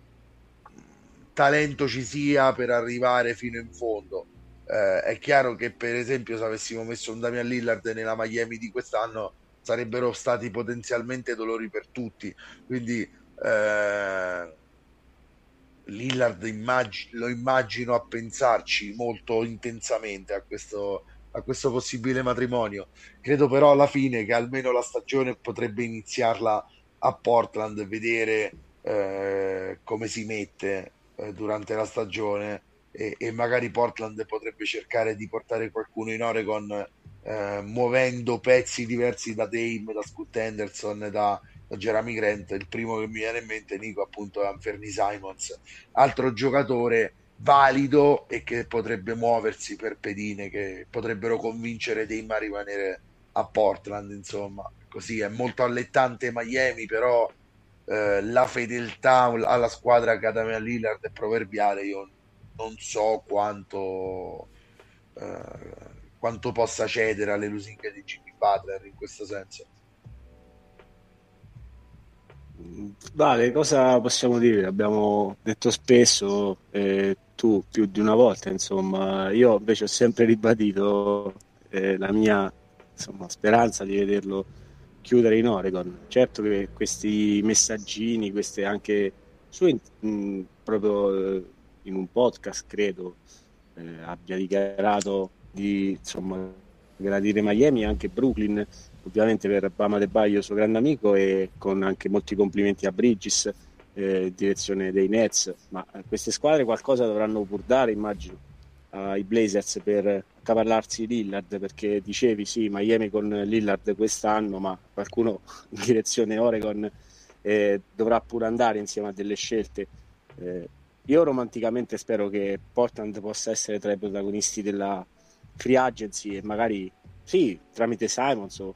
Speaker 2: talento ci sia per arrivare fino in fondo. Eh, è chiaro che per esempio se avessimo messo un Damian Lillard nella Miami di quest'anno sarebbero stati potenzialmente dolori per tutti, quindi eh, Lillard immag- lo immagino a pensarci molto intensamente a questo, a questo possibile matrimonio. Credo però alla fine che almeno la stagione potrebbe iniziarla a Portland, vedere eh, come si mette eh, durante la stagione, e, e magari Portland potrebbe cercare di portare qualcuno in Oregon, eh, muovendo pezzi diversi da Dame, da Scoot Henderson, da, da Jeremy Grant. Il primo che mi viene in mente, Nico, appunto è Anthony Simons, altro giocatore valido e che potrebbe muoversi per pedine che potrebbero convincere Dame a rimanere a Portland. Insomma, così è molto allettante Miami, però eh, la fedeltà alla squadra che ha Damian Lillard è proverbiale. Io non so quanto eh, quanto possa cedere alle lusinghe di Jimmy Butler in questo senso.
Speaker 3: Vale, cosa possiamo dire? Abbiamo detto spesso, eh, tu più di una volta, insomma, io invece ho sempre ribadito eh, la mia insomma, speranza di vederlo chiudere in Oregon. Certo che questi messaggini, queste anche su mh, proprio eh, in un podcast, credo, eh, abbia dichiarato di insomma gradire Miami e anche Brooklyn, ovviamente per Bam Adebayo, suo grande amico, e con anche molti complimenti a Bridges, eh, direzione dei Nets. Ma queste squadre qualcosa dovranno pur dare, immagino, ai Blazers per accavallarsi Lillard, perché dicevi sì, Miami con Lillard quest'anno, ma qualcuno in direzione Oregon eh, dovrà pure andare insieme a delle scelte Eh, io romanticamente spero che Portland possa essere tra i protagonisti della free agency e magari sì, tramite Simons o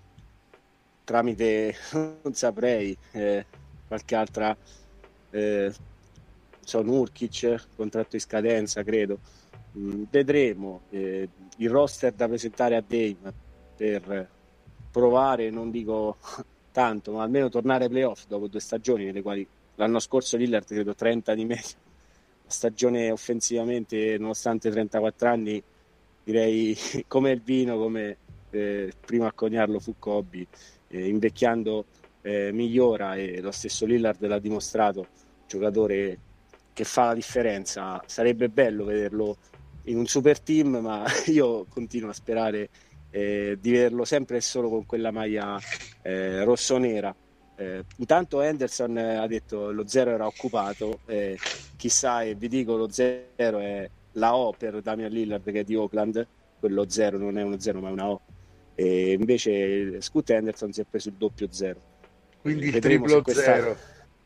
Speaker 3: tramite non saprei eh, qualche altra eh, so, Nurkic, contratto in scadenza credo. Mm, vedremo eh, il roster da presentare a Dame per provare, non dico tanto, ma almeno tornare ai playoff dopo due stagioni nelle quali l'anno scorso Lillard credo trenta di media, la stagione offensivamente nonostante trentaquattro anni direi come il vino, come eh, prima a coniarlo fu Kobe, eh, invecchiando eh, migliora e lo stesso Lillard l'ha dimostrato, giocatore che fa la differenza. Sarebbe bello vederlo in un super team, ma io continuo a sperare eh, di vederlo sempre e solo con quella maglia eh, rossonera. Eh, intanto Henderson ha detto lo zero era occupato, eh, chissà, e vi dico lo zero è la O per Damian Lillard che è di Oakland, quello zero non è uno zero ma è una O, e invece Scoot Henderson si è preso il doppio zero,
Speaker 2: quindi
Speaker 3: eh,
Speaker 2: il triplo questa... zero.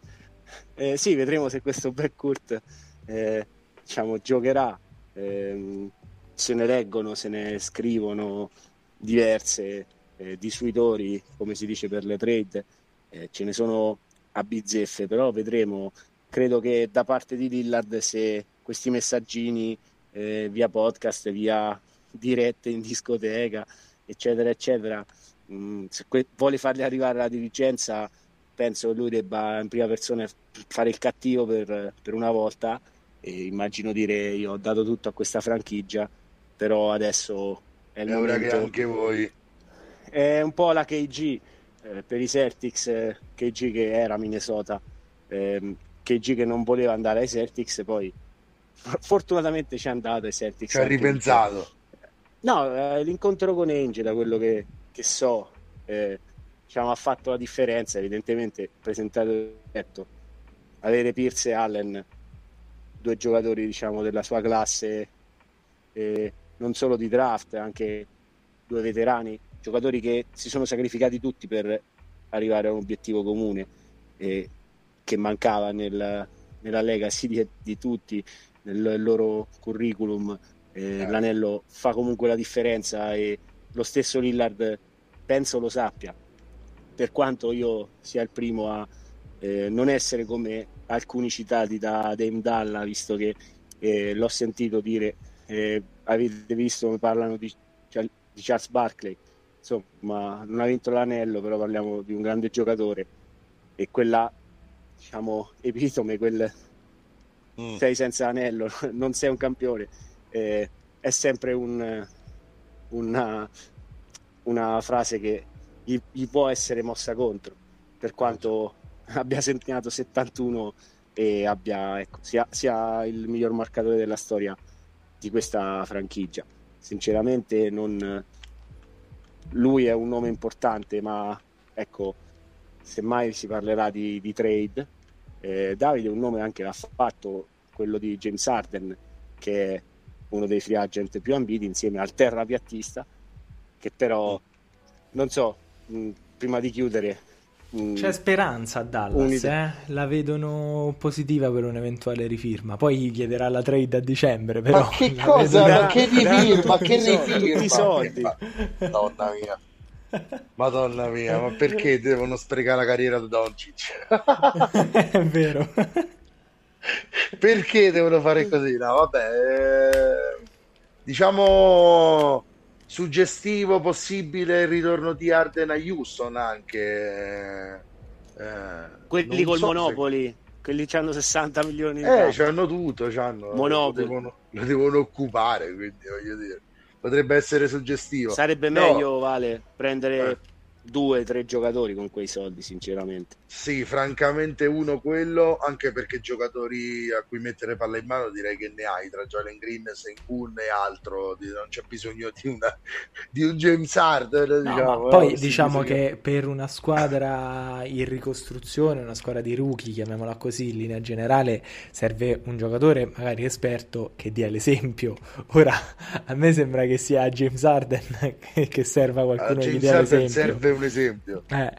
Speaker 3: Eh, sì, vedremo se questo backcourt eh, diciamo giocherà. Eh, se ne leggono, se ne scrivono diverse eh, di suitori, come si dice per le trade, eh, ce ne sono a bizzeffe, però vedremo. Credo che da parte di Lillard, se questi messaggini eh, via podcast, via dirette in discoteca, eccetera eccetera, mh, se que- vuole farli arrivare alla dirigenza, penso che lui debba in prima persona fare il cattivo per, per una volta, e immagino dire io ho dato tutto a questa franchigia, però adesso è il
Speaker 2: è ora
Speaker 3: momento.
Speaker 2: Che anche voi
Speaker 3: è un po' la K G eh, per i Celtics, eh, K G che era Minnesota, eh, K G che non voleva andare ai Celtics, poi fortunatamente ci è andato ai Celtics,
Speaker 2: ci ha ripensato
Speaker 3: perché... no, eh, l'incontro con Ainge, da quello che, che so, eh, diciamo, ha fatto la differenza. Evidentemente presentato detto, avere Pierce e Allen, due giocatori diciamo della sua classe, eh, non solo di draft, anche due veterani, giocatori che si sono sacrificati tutti per arrivare a un obiettivo comune, eh, che mancava nel, nella legacy di, di tutti, nel loro curriculum. eh, eh. L'anello fa comunque la differenza e lo stesso Lillard penso lo sappia, per quanto io sia il primo a eh, non essere come alcuni citati da Dame Dalla, visto che eh, l'ho sentito dire, eh, avete visto come parlano di, di Charles Barkley, insomma non ha vinto l'anello, però parliamo di un grande giocatore, e quella diciamo epitome, quel mm. sei senza anello, non sei un campione, eh, è sempre un, una, una frase che gli, gli può essere mossa contro, per quanto abbia segnato settantuno e abbia, ecco, sia, sia il miglior marcatore della storia di questa franchigia. Sinceramente non, lui è un nome importante, ma ecco, semmai si parlerà di, di trade. eh, Davide un nome anche l'ha fatto, quello di James Harden, che è uno dei free agent più ambiti insieme al terrapiattista, che però non so, mh, prima di chiudere,
Speaker 1: c'è speranza a Dallas, eh? La vedono positiva per un'eventuale rifirma. Poi gli chiederà la trade a dicembre, però.
Speaker 2: Ma che cosa? Ma che rifirma? Che
Speaker 3: rifirma? Tutti i soldi.
Speaker 2: Madonna mia. Madonna mia, ma perché devono sprecare la carriera di Doncic?
Speaker 1: È vero.
Speaker 2: Perché devono fare così? No, vabbè. Eh, diciamo suggestivo possibile il ritorno di Harden a Houston anche, eh,
Speaker 3: quelli col
Speaker 2: so
Speaker 3: Monopoli se... quelli che hanno sessanta milioni di
Speaker 2: eh, c'hanno tutto, c'hanno,
Speaker 3: Monopoli.
Speaker 2: Lo, devono, lo devono occupare, quindi voglio dire, potrebbe essere suggestivo.
Speaker 3: Sarebbe
Speaker 2: no.
Speaker 3: meglio, Vale, prendere eh. due, tre giocatori con quei soldi, sinceramente.
Speaker 2: Sì, francamente uno quello, anche perché giocatori a cui mettere palla in mano direi che ne hai, tra Jalen Green, Sengun e altro, non c'è bisogno di, una, di un James Harden, no, diciamo.
Speaker 1: Poi diciamo bisogna... che per una squadra in ricostruzione, una squadra di rookie, chiamiamola così, in linea generale, serve un giocatore magari esperto che dia l'esempio. Ora a me sembra che sia James Harden che serva qualcuno che dia l'esempio.
Speaker 2: Serve un esempio.
Speaker 1: Eh,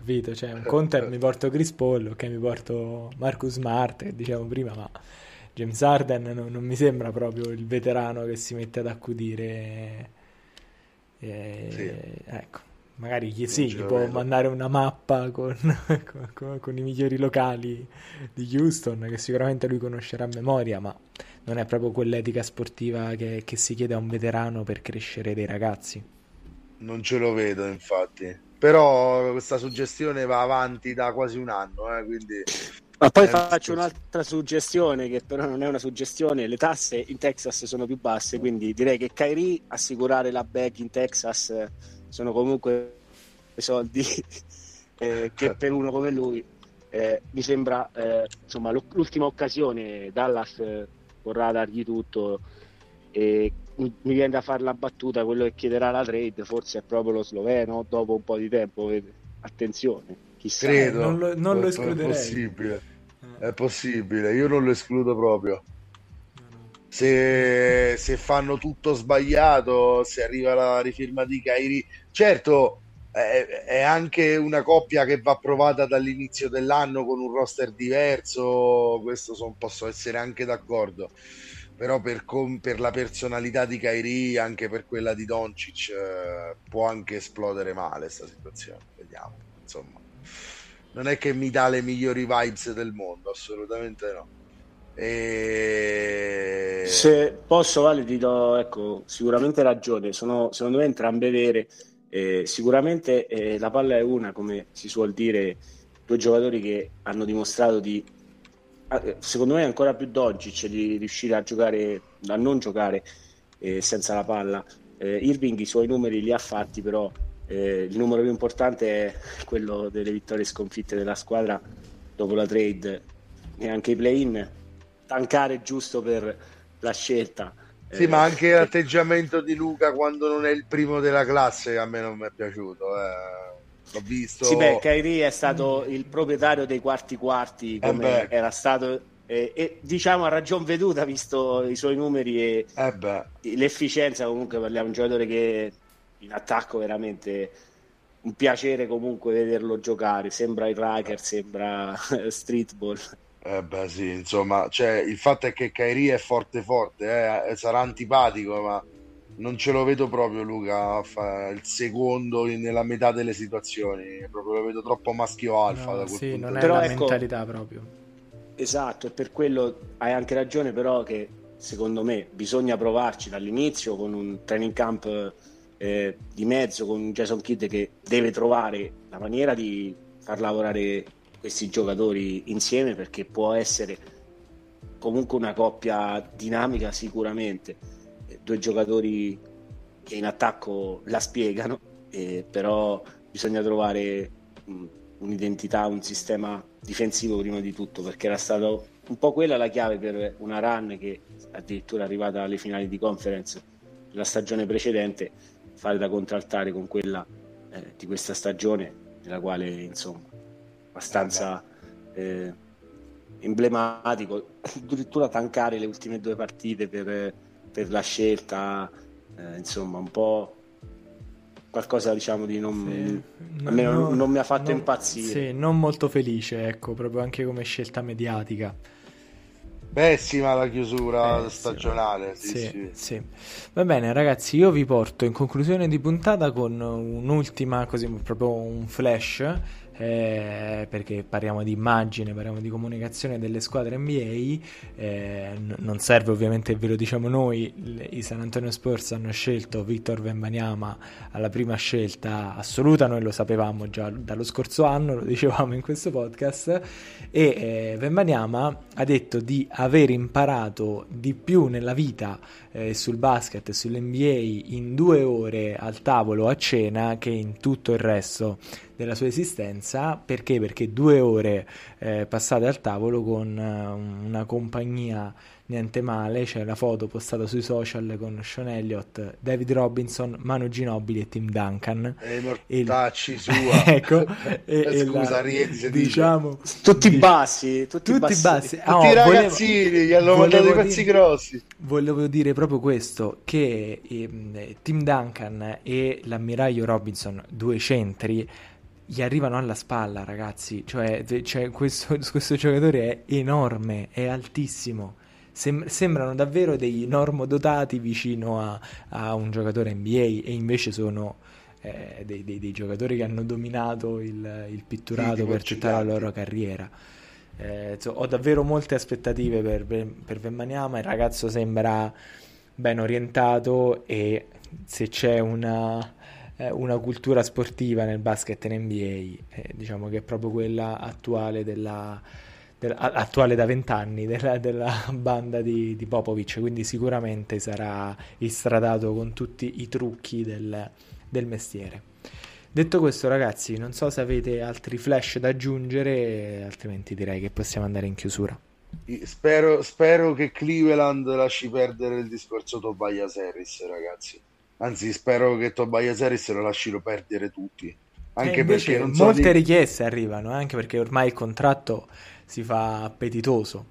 Speaker 1: capito? Cioè, un conto è mi porto Chris Paul, ok, mi porto Marcus Smart, che diciamo prima, ma James Harden non, non mi sembra proprio il veterano che si mette ad accudire. E,
Speaker 2: Sì.
Speaker 1: ecco, magari gli,
Speaker 2: Non
Speaker 1: sì,
Speaker 2: ce
Speaker 1: gli
Speaker 2: lo
Speaker 1: può
Speaker 2: vedo.
Speaker 1: mandare una mappa con, con- con- con i migliori locali di Houston, che sicuramente lui conoscerà a memoria, ma non è proprio quell'etica sportiva che, che si chiede a un veterano per crescere dei ragazzi.
Speaker 2: Non ce lo vedo, infatti. Però questa suggestione va avanti da quasi un anno, eh, quindi
Speaker 3: Ma poi
Speaker 2: è un
Speaker 3: faccio
Speaker 2: discorso.
Speaker 3: un'altra suggestione, che però non è una suggestione: le tasse in Texas sono più basse, quindi direi che Kyrie assicurare la bag in Texas eh, sono comunque soldi eh, che per uno come lui eh, mi sembra eh, insomma lo- l'ultima occasione. Dallas eh, vorrà dargli tutto, e mi mi viene da fare la battuta: quello che chiederà la trade forse è proprio lo sloveno dopo un po' di tempo, vede? Attenzione, chissà.
Speaker 1: Eh, non
Speaker 2: Credo,
Speaker 1: lo, non lo
Speaker 2: è, è
Speaker 1: escluderei.
Speaker 2: possibile,
Speaker 1: Eh,
Speaker 2: è possibile, io non lo escludo proprio.
Speaker 1: no, no.
Speaker 2: Se, se fanno tutto sbagliato, se arriva la rifirma di Kyrie, certo, è, è anche una coppia che va provata dall'inizio dell'anno con un roster diverso, questo son- posso essere anche d'accordo, però per, com- per la personalità di Kyrie, anche per quella di Doncic, eh, può anche esplodere male questa situazione, vediamo, insomma. Non è che mi dà le migliori vibes del mondo, assolutamente no. E...
Speaker 3: Se posso, Vale, ti do, ecco, sicuramente ragione. Sono, secondo me, entrambe vere. Eh, sicuramente eh, la palla è una, come si suol dire, due giocatori che hanno dimostrato di, eh, secondo me, ancora più Doncic, di riuscire a giocare, a non giocare eh, senza la palla. Eh, Irving i suoi numeri li ha fatti, però eh, il numero più importante è quello delle vittorie e sconfitte della squadra dopo la trade, e anche i play-in, tankare giusto per la scelta.
Speaker 2: Sì, ma
Speaker 3: Eh,
Speaker 2: anche
Speaker 3: per-
Speaker 2: l'atteggiamento di Luca quando non è il primo della classe a me non mi è piaciuto. eh. L'ho
Speaker 3: Sì, beh,
Speaker 2: visto.
Speaker 3: Kyrie è stato il proprietario dei quarti quarti,
Speaker 2: Eh beh,
Speaker 3: come era stato, eh, e diciamo a ragion veduta, visto i suoi numeri e
Speaker 2: eh beh.
Speaker 3: l'efficienza. Comunque parliamo di un giocatore che in attacco veramente un piacere comunque vederlo giocare, sembra il Riker, sembra streetball.
Speaker 2: Eh beh, sì, insomma, cioè, il fatto è che Kyrie è forte forte, eh, sarà antipatico, ma non ce lo vedo proprio Luca a fare il secondo in- nella metà delle situazioni, proprio lo vedo troppo maschio alfa da
Speaker 1: No,
Speaker 2: quel
Speaker 1: sì,
Speaker 2: punto
Speaker 1: non
Speaker 2: di
Speaker 1: è
Speaker 3: Però
Speaker 1: la
Speaker 2: vista.
Speaker 3: ecco,
Speaker 1: mentalità proprio.
Speaker 3: esatto, e per quello hai anche ragione, però, che secondo me bisogna provarci dall'inizio con un training camp eh, di mezzo, con Jason Kidd che deve trovare la maniera di far lavorare questi giocatori insieme, perché può essere comunque una coppia dinamica sicuramente. Eh, due giocatori che in attacco la spiegano, eh, però bisogna trovare mh, un'identità, un sistema difensivo prima di tutto, perché era stato un po' quella la chiave per una run che addirittura è arrivata alle finali di conference la stagione precedente, fare da contraltare con quella eh, di questa stagione, nella quale insomma
Speaker 2: Eh beh.
Speaker 3: abbastanza eh, emblematico, addirittura tankare le ultime due partite per, per la scelta, eh, insomma un po' qualcosa, diciamo, di non,
Speaker 1: Sì,
Speaker 3: a
Speaker 1: no,
Speaker 3: me non,
Speaker 1: no,
Speaker 3: non mi ha fatto
Speaker 1: no,
Speaker 3: impazzire.
Speaker 1: sì, non molto felice, ecco, proprio anche come scelta mediatica.
Speaker 2: Pessima la chiusura
Speaker 1: Pessima.
Speaker 2: stagionale, sì,
Speaker 1: Sì,
Speaker 2: sì.
Speaker 1: sì. Va bene, ragazzi, io vi porto in conclusione di puntata con un'ultima, così proprio un flash, eh, perché parliamo di immagine, parliamo di comunicazione delle squadre N B A. eh, n- non serve, ovviamente, ve lo diciamo noi, l- i San Antonio Spurs hanno scelto Victor Wembanyama alla prima scelta assoluta, noi lo sapevamo già dallo scorso anno, lo dicevamo in questo podcast, e eh, Wembanyama ha detto di aver imparato di più nella vita eh, sul basket e sull'N B A in due ore al tavolo a cena che in tutto il resto della sua esistenza. Perché? Perché due ore eh, passate al tavolo con eh, una compagnia niente male. C'è la foto postata sui social con Sean Elliott, David Robinson, Manu Ginobili e Tim Duncan.
Speaker 2: E i
Speaker 1: E il-
Speaker 2: mortacci sua.
Speaker 1: ecco, e, e
Speaker 2: Scusa,
Speaker 1: la-
Speaker 2: riedi se
Speaker 1: diciamo
Speaker 3: Tutti
Speaker 1: dic-
Speaker 3: bassi, tutti,
Speaker 1: tutti
Speaker 3: bassi.
Speaker 1: bassi. Ah,
Speaker 2: tutti i
Speaker 1: oh, volevo-
Speaker 2: ragazzini gli hanno mandato i
Speaker 1: volevo
Speaker 2: pezzi
Speaker 1: dire-
Speaker 2: grossi.
Speaker 1: Volevo dire proprio questo, che ehm, Tim Duncan e l'ammiraglio Robinson, due centri, gli arrivano alla spalla, ragazzi. Cioè, cioè questo, questo giocatore è enorme, è altissimo. Sem- sembrano davvero dei normodotati vicino a, a un giocatore N B A, e invece sono eh, dei, dei, dei giocatori che hanno dominato il, il pitturato
Speaker 2: Sì,
Speaker 1: per tutta la loro carriera. Eh, so, ho davvero molte aspettative per, per, per Wembanyama. Il ragazzo sembra ben orientato, e se c'è una, eh, una cultura sportiva nel basket in N B A, eh, diciamo che è proprio quella attuale della, del, attuale da vent'anni della, della banda di, di Popovic, quindi sicuramente sarà istradato con tutti i trucchi del, del mestiere. Detto questo, ragazzi, non so se avete altri flash da aggiungere, altrimenti direi che possiamo andare in chiusura.
Speaker 2: Spero, spero che Cleveland lasci perdere il discorso Tobias Harris, ragazzi. Anzi, spero che Tobias Harris lo lasciano perdere tutti. Anche
Speaker 1: e invece
Speaker 2: perché non so
Speaker 1: molte
Speaker 2: di...
Speaker 1: richieste arrivano, eh, anche perché ormai il contratto si fa appetitoso.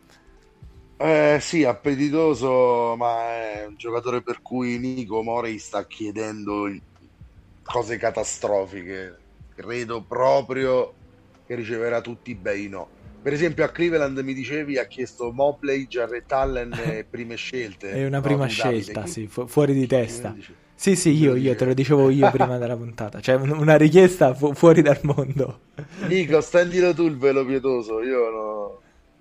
Speaker 2: Eh sì, appetitoso, ma è un giocatore per cui Nico Morey sta chiedendo cose catastrofiche. Credo proprio che riceverà tutti i bei no. Per esempio a Cleveland mi dicevi ha chiesto Mobley, Jarrett Allen e prime scelte.
Speaker 4: È una
Speaker 2: No,
Speaker 3: prima
Speaker 2: tu, Davide,
Speaker 3: scelta,
Speaker 2: chi-
Speaker 3: sì, fu- fuori di
Speaker 2: chi- chi me lo
Speaker 3: testa.
Speaker 2: dici?
Speaker 3: Sì, sì,
Speaker 2: Chi me
Speaker 3: io,
Speaker 2: lo
Speaker 3: io te lo
Speaker 2: dice?
Speaker 3: dicevo io prima della puntata. Cioè, un- una richiesta fu- fuori dal mondo.
Speaker 2: Nico, stendilo tu il velo pietoso, io no,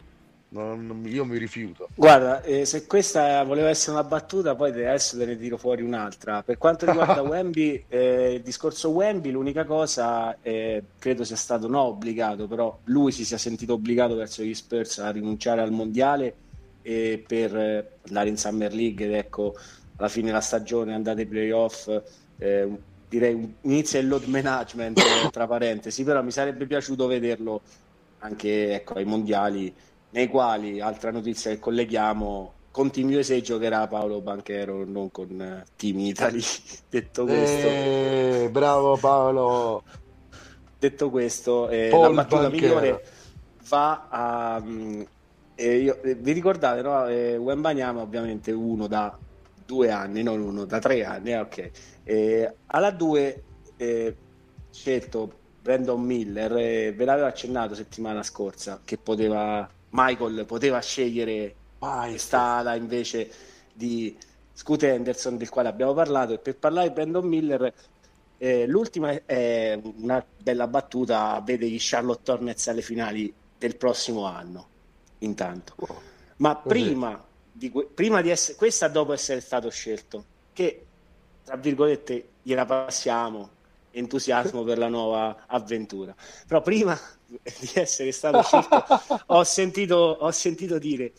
Speaker 2: non- non- io mi rifiuto.
Speaker 5: Guarda, eh, se questa voleva essere una battuta, poi adesso te ne tiro fuori un'altra. Per quanto riguarda Wemby, eh, il discorso Wemby, l'unica cosa, eh, credo sia stato no obbligato, però lui si sia sentito obbligato verso gli Spurs a rinunciare al mondiale e per eh, andare in Summer League, ed ecco, alla fine della stagione andate ai playoff, eh, un- direi un inizio il load management, eh, tra parentesi, però mi sarebbe piaciuto vederlo anche, ecco, ai mondiali, nei quali, altra notizia che colleghiamo, con Team U S A giocherà Paolo Banchero, non con eh, Team Italy. Detto questo,
Speaker 2: Eh, bravo Paolo,
Speaker 5: detto questo eh, la
Speaker 2: Paul
Speaker 5: battuta
Speaker 2: Banchero.
Speaker 5: migliore va a... mh, eh, io- eh, vi ricordate, no? Eh, Wembanyama ovviamente uno da due anni, non uno, da tre anni, eh, ok. Eh, alla due eh, scelto Brandon Miller, eh, ve l'avevo accennato settimana scorsa, che poteva Michael poteva scegliere
Speaker 2: Vai,
Speaker 5: quest'ala invece di Scoot Henderson, del quale abbiamo parlato. E per parlare di Brandon Miller, eh, l'ultima è una bella battuta, vede gli Charlotte Hornets alle finali del prossimo anno, intanto. Ma
Speaker 2: Così.
Speaker 5: prima di, que- prima di essere, questa dopo essere stato scelto, che tra virgolette gliela passiamo, entusiasmo per la nuova avventura. Però prima di essere stato scelto ho sentito, ho sentito dire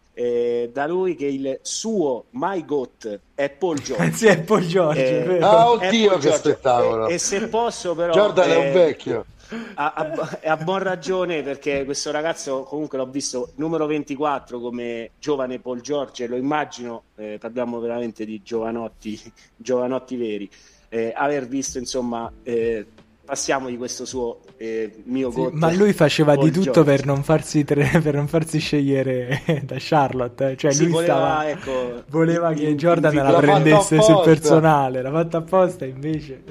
Speaker 5: eh, da lui che il suo My Goat è Paul George.
Speaker 3: Sì, è Paul George,
Speaker 5: Eh,
Speaker 3: è vero.
Speaker 2: Ah,
Speaker 5: è
Speaker 2: oddio,
Speaker 5: Paul
Speaker 2: che
Speaker 5: George.
Speaker 2: spettacolo.
Speaker 5: E, e se posso però
Speaker 2: Jordan è un
Speaker 5: eh,
Speaker 2: vecchio.
Speaker 5: ha, ha, ha buon ragione, perché questo ragazzo comunque l'ho visto numero ventiquattro come giovane Paul George, lo immagino, eh, parliamo veramente di giovanotti, giovanotti veri, eh, aver visto insomma, eh, passiamo di questo suo eh, mio
Speaker 3: Sì,
Speaker 5: goat,
Speaker 3: ma lui faceva
Speaker 5: Paul
Speaker 3: di tutto
Speaker 5: George.
Speaker 3: per non farsi tre- per non farsi scegliere da Charlotte, eh. Cioè
Speaker 5: Sì,
Speaker 3: lui
Speaker 5: voleva,
Speaker 3: stava
Speaker 5: ecco,
Speaker 3: voleva che
Speaker 5: in-
Speaker 3: Jordan
Speaker 5: in-
Speaker 3: la
Speaker 2: L'ha fatto
Speaker 3: prendesse sul
Speaker 2: apposta.
Speaker 3: personale, l'ha fatta apposta invece.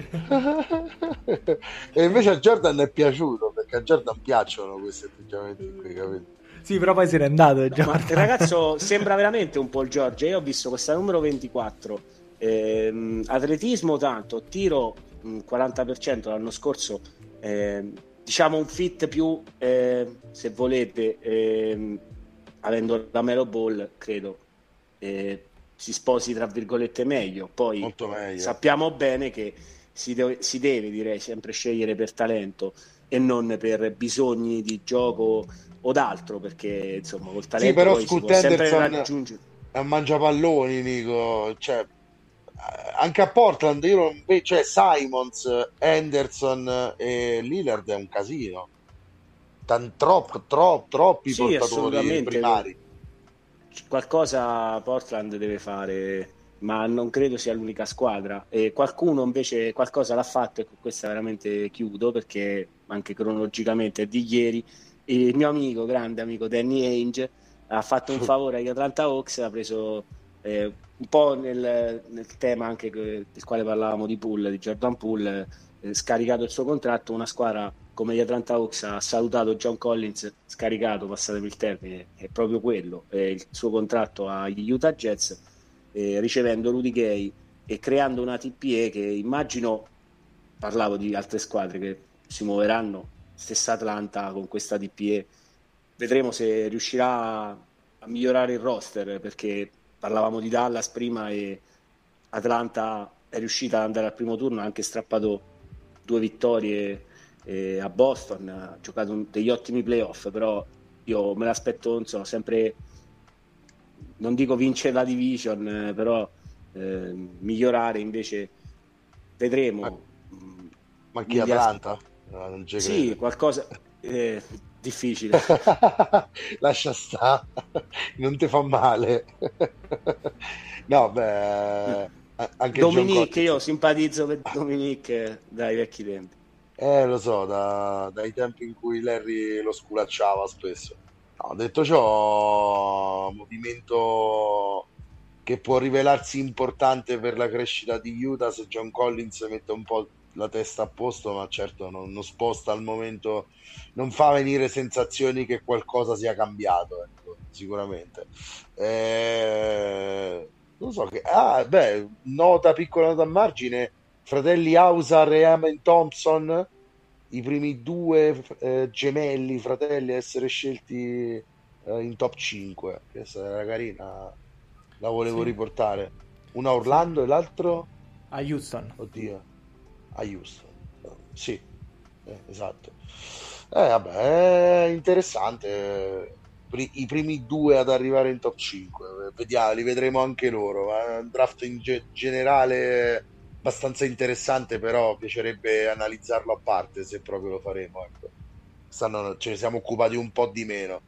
Speaker 2: E invece a Jordan è piaciuto, perché a Jordan piacciono questi atteggiamenti qui, capito?
Speaker 3: Sì, però poi se n'è andato
Speaker 5: Ma
Speaker 3: Jordan.
Speaker 5: il ragazzo sembra veramente un Paul George. Io ho visto questa numero ventiquattro, ehm, atletismo tanto, tiro mh, quaranta per cento l'anno scorso, ehm, diciamo un fit più, eh, se volete, ehm, avendo la Melo Ball, credo eh, si sposi tra virgolette meglio. Poi
Speaker 2: Molto meglio.
Speaker 5: sappiamo bene che si deve, si deve, direi, sempre scegliere per talento e non per bisogni di gioco o d'altro, perché insomma col talento
Speaker 2: Sì, però
Speaker 5: poi si
Speaker 2: Scoot
Speaker 5: può sempre
Speaker 2: Henderson
Speaker 5: raggiungere.
Speaker 2: è un mangiapalloni, Nico. Cioè, eh, anche a Portland, io non ve- cioè Simons, Henderson e Lillard è un casino. Tan, troppo, troppo, troppi
Speaker 5: Sì,
Speaker 2: portatori
Speaker 5: assolutamente.
Speaker 2: primari.
Speaker 5: Qualcosa Portland deve fare, ma non credo sia l'unica squadra. E qualcuno invece qualcosa l'ha fatto, e con questa veramente chiudo, perché anche cronologicamente è di ieri. Il mio amico, grande amico Danny Ainge, ha fatto un favore agli Atlanta Hawks, ha preso eh,
Speaker 3: un po' nel, nel tema anche che, del quale parlavamo di Poole, di Jordan Poole, eh, scaricato il suo contratto, una squadra come gli Atlanta Hawks ha salutato John Collins, scaricato, passatemi il termine, è proprio quello, è il suo contratto agli Utah Jazz, eh, ricevendo Rudy Gay e creando una T P A che immagino, parlavo di altre squadre che si muoveranno, stessa Atlanta con questa T P A, vedremo se riuscirà a migliorare il roster, perché parlavamo di Dallas prima e Atlanta è riuscita ad andare al primo turno, ha anche strappato due vittorie eh, a Boston, ha giocato un, degli ottimi playoff, però io me l'aspetto, insomma, sempre, non dico vincere la division, eh, però eh, migliorare, invece vedremo.
Speaker 2: Ma, ma chi Atlanta? No, non ci
Speaker 3: sì,
Speaker 2: credo.
Speaker 3: qualcosa eh, difficile.
Speaker 2: Lascia sta, non ti fa male. No, beh, anche
Speaker 3: Dominique, io simpatizzo per Dominique dai vecchi tempi.
Speaker 2: Eh, lo so, da- dai tempi in cui Larry lo sculacciava spesso. No, detto ciò, movimento che può rivelarsi importante per la crescita di Utah se John Collins mette un po' la testa a posto, ma certo non, non sposta al momento, non fa venire sensazioni che qualcosa sia cambiato, ecco, sicuramente. Eh, non so che... Ah, beh, nota, piccola nota a margine, fratelli Ausar e Amen Thompson, i primi due eh, gemelli fratelli a essere scelti eh, in top cinque. Questa era carina, la volevo
Speaker 1: Sì,
Speaker 2: riportare. Uno a
Speaker 1: sì.
Speaker 2: Orlando e l'altro,
Speaker 1: A Houston.
Speaker 2: oddio, a Houston. Sì, eh, esatto. Eh, vabbè, è interessante. Pri- I primi due ad arrivare in top cinque, vediamo, li vedremo anche loro. È un draft in ge- generale abbastanza interessante, però piacerebbe analizzarlo a parte se proprio lo faremo. Ecco. Stanno, ce ne siamo occupati un po' di meno.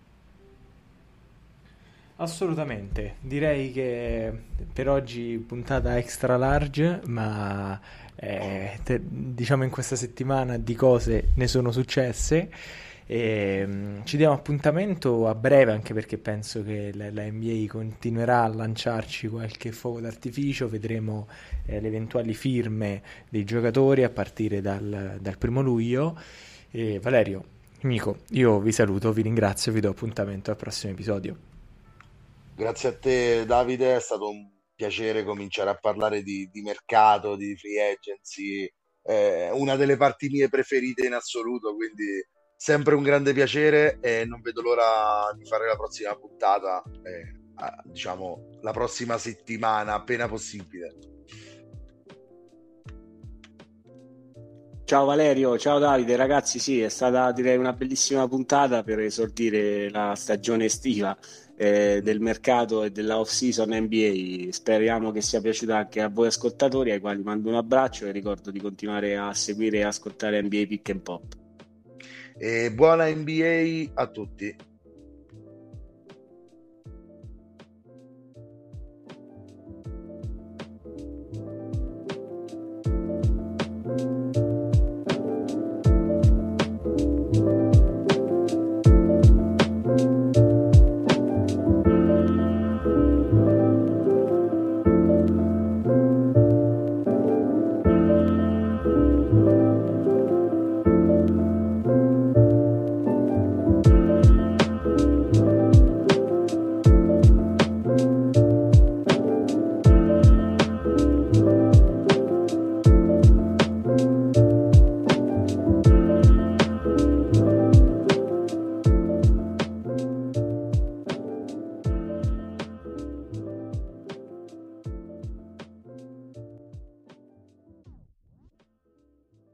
Speaker 1: Assolutamente, direi che per oggi puntata extra large, ma eh, te- diciamo in questa settimana di cose ne sono successe. E, mm, ci diamo appuntamento a breve, anche perché penso che la, la N B A continuerà a lanciarci qualche fuoco d'artificio, vedremo eh, le eventuali firme dei giocatori a partire dal, dal primo luglio. E Valerio, amico, io vi saluto, vi ringrazio, vi do appuntamento al prossimo episodio.
Speaker 2: Grazie a te, Davide, è stato un piacere cominciare a parlare di, di mercato, di free agency, è una delle parti mie preferite in assoluto, quindi sempre un grande piacere e non vedo l'ora di fare la prossima puntata, eh, ah, diciamo la prossima settimana, appena possibile.
Speaker 3: Ciao Valerio, ciao Davide, ragazzi, sì, è stata direi una bellissima puntata per esordire la stagione estiva eh, del mercato e della off-season N B A. Speriamo che sia piaciuta anche a voi ascoltatori, ai quali mando un abbraccio e ricordo di continuare a seguire e ascoltare N B A Pick and Pop.
Speaker 2: E buona N B A a tutti.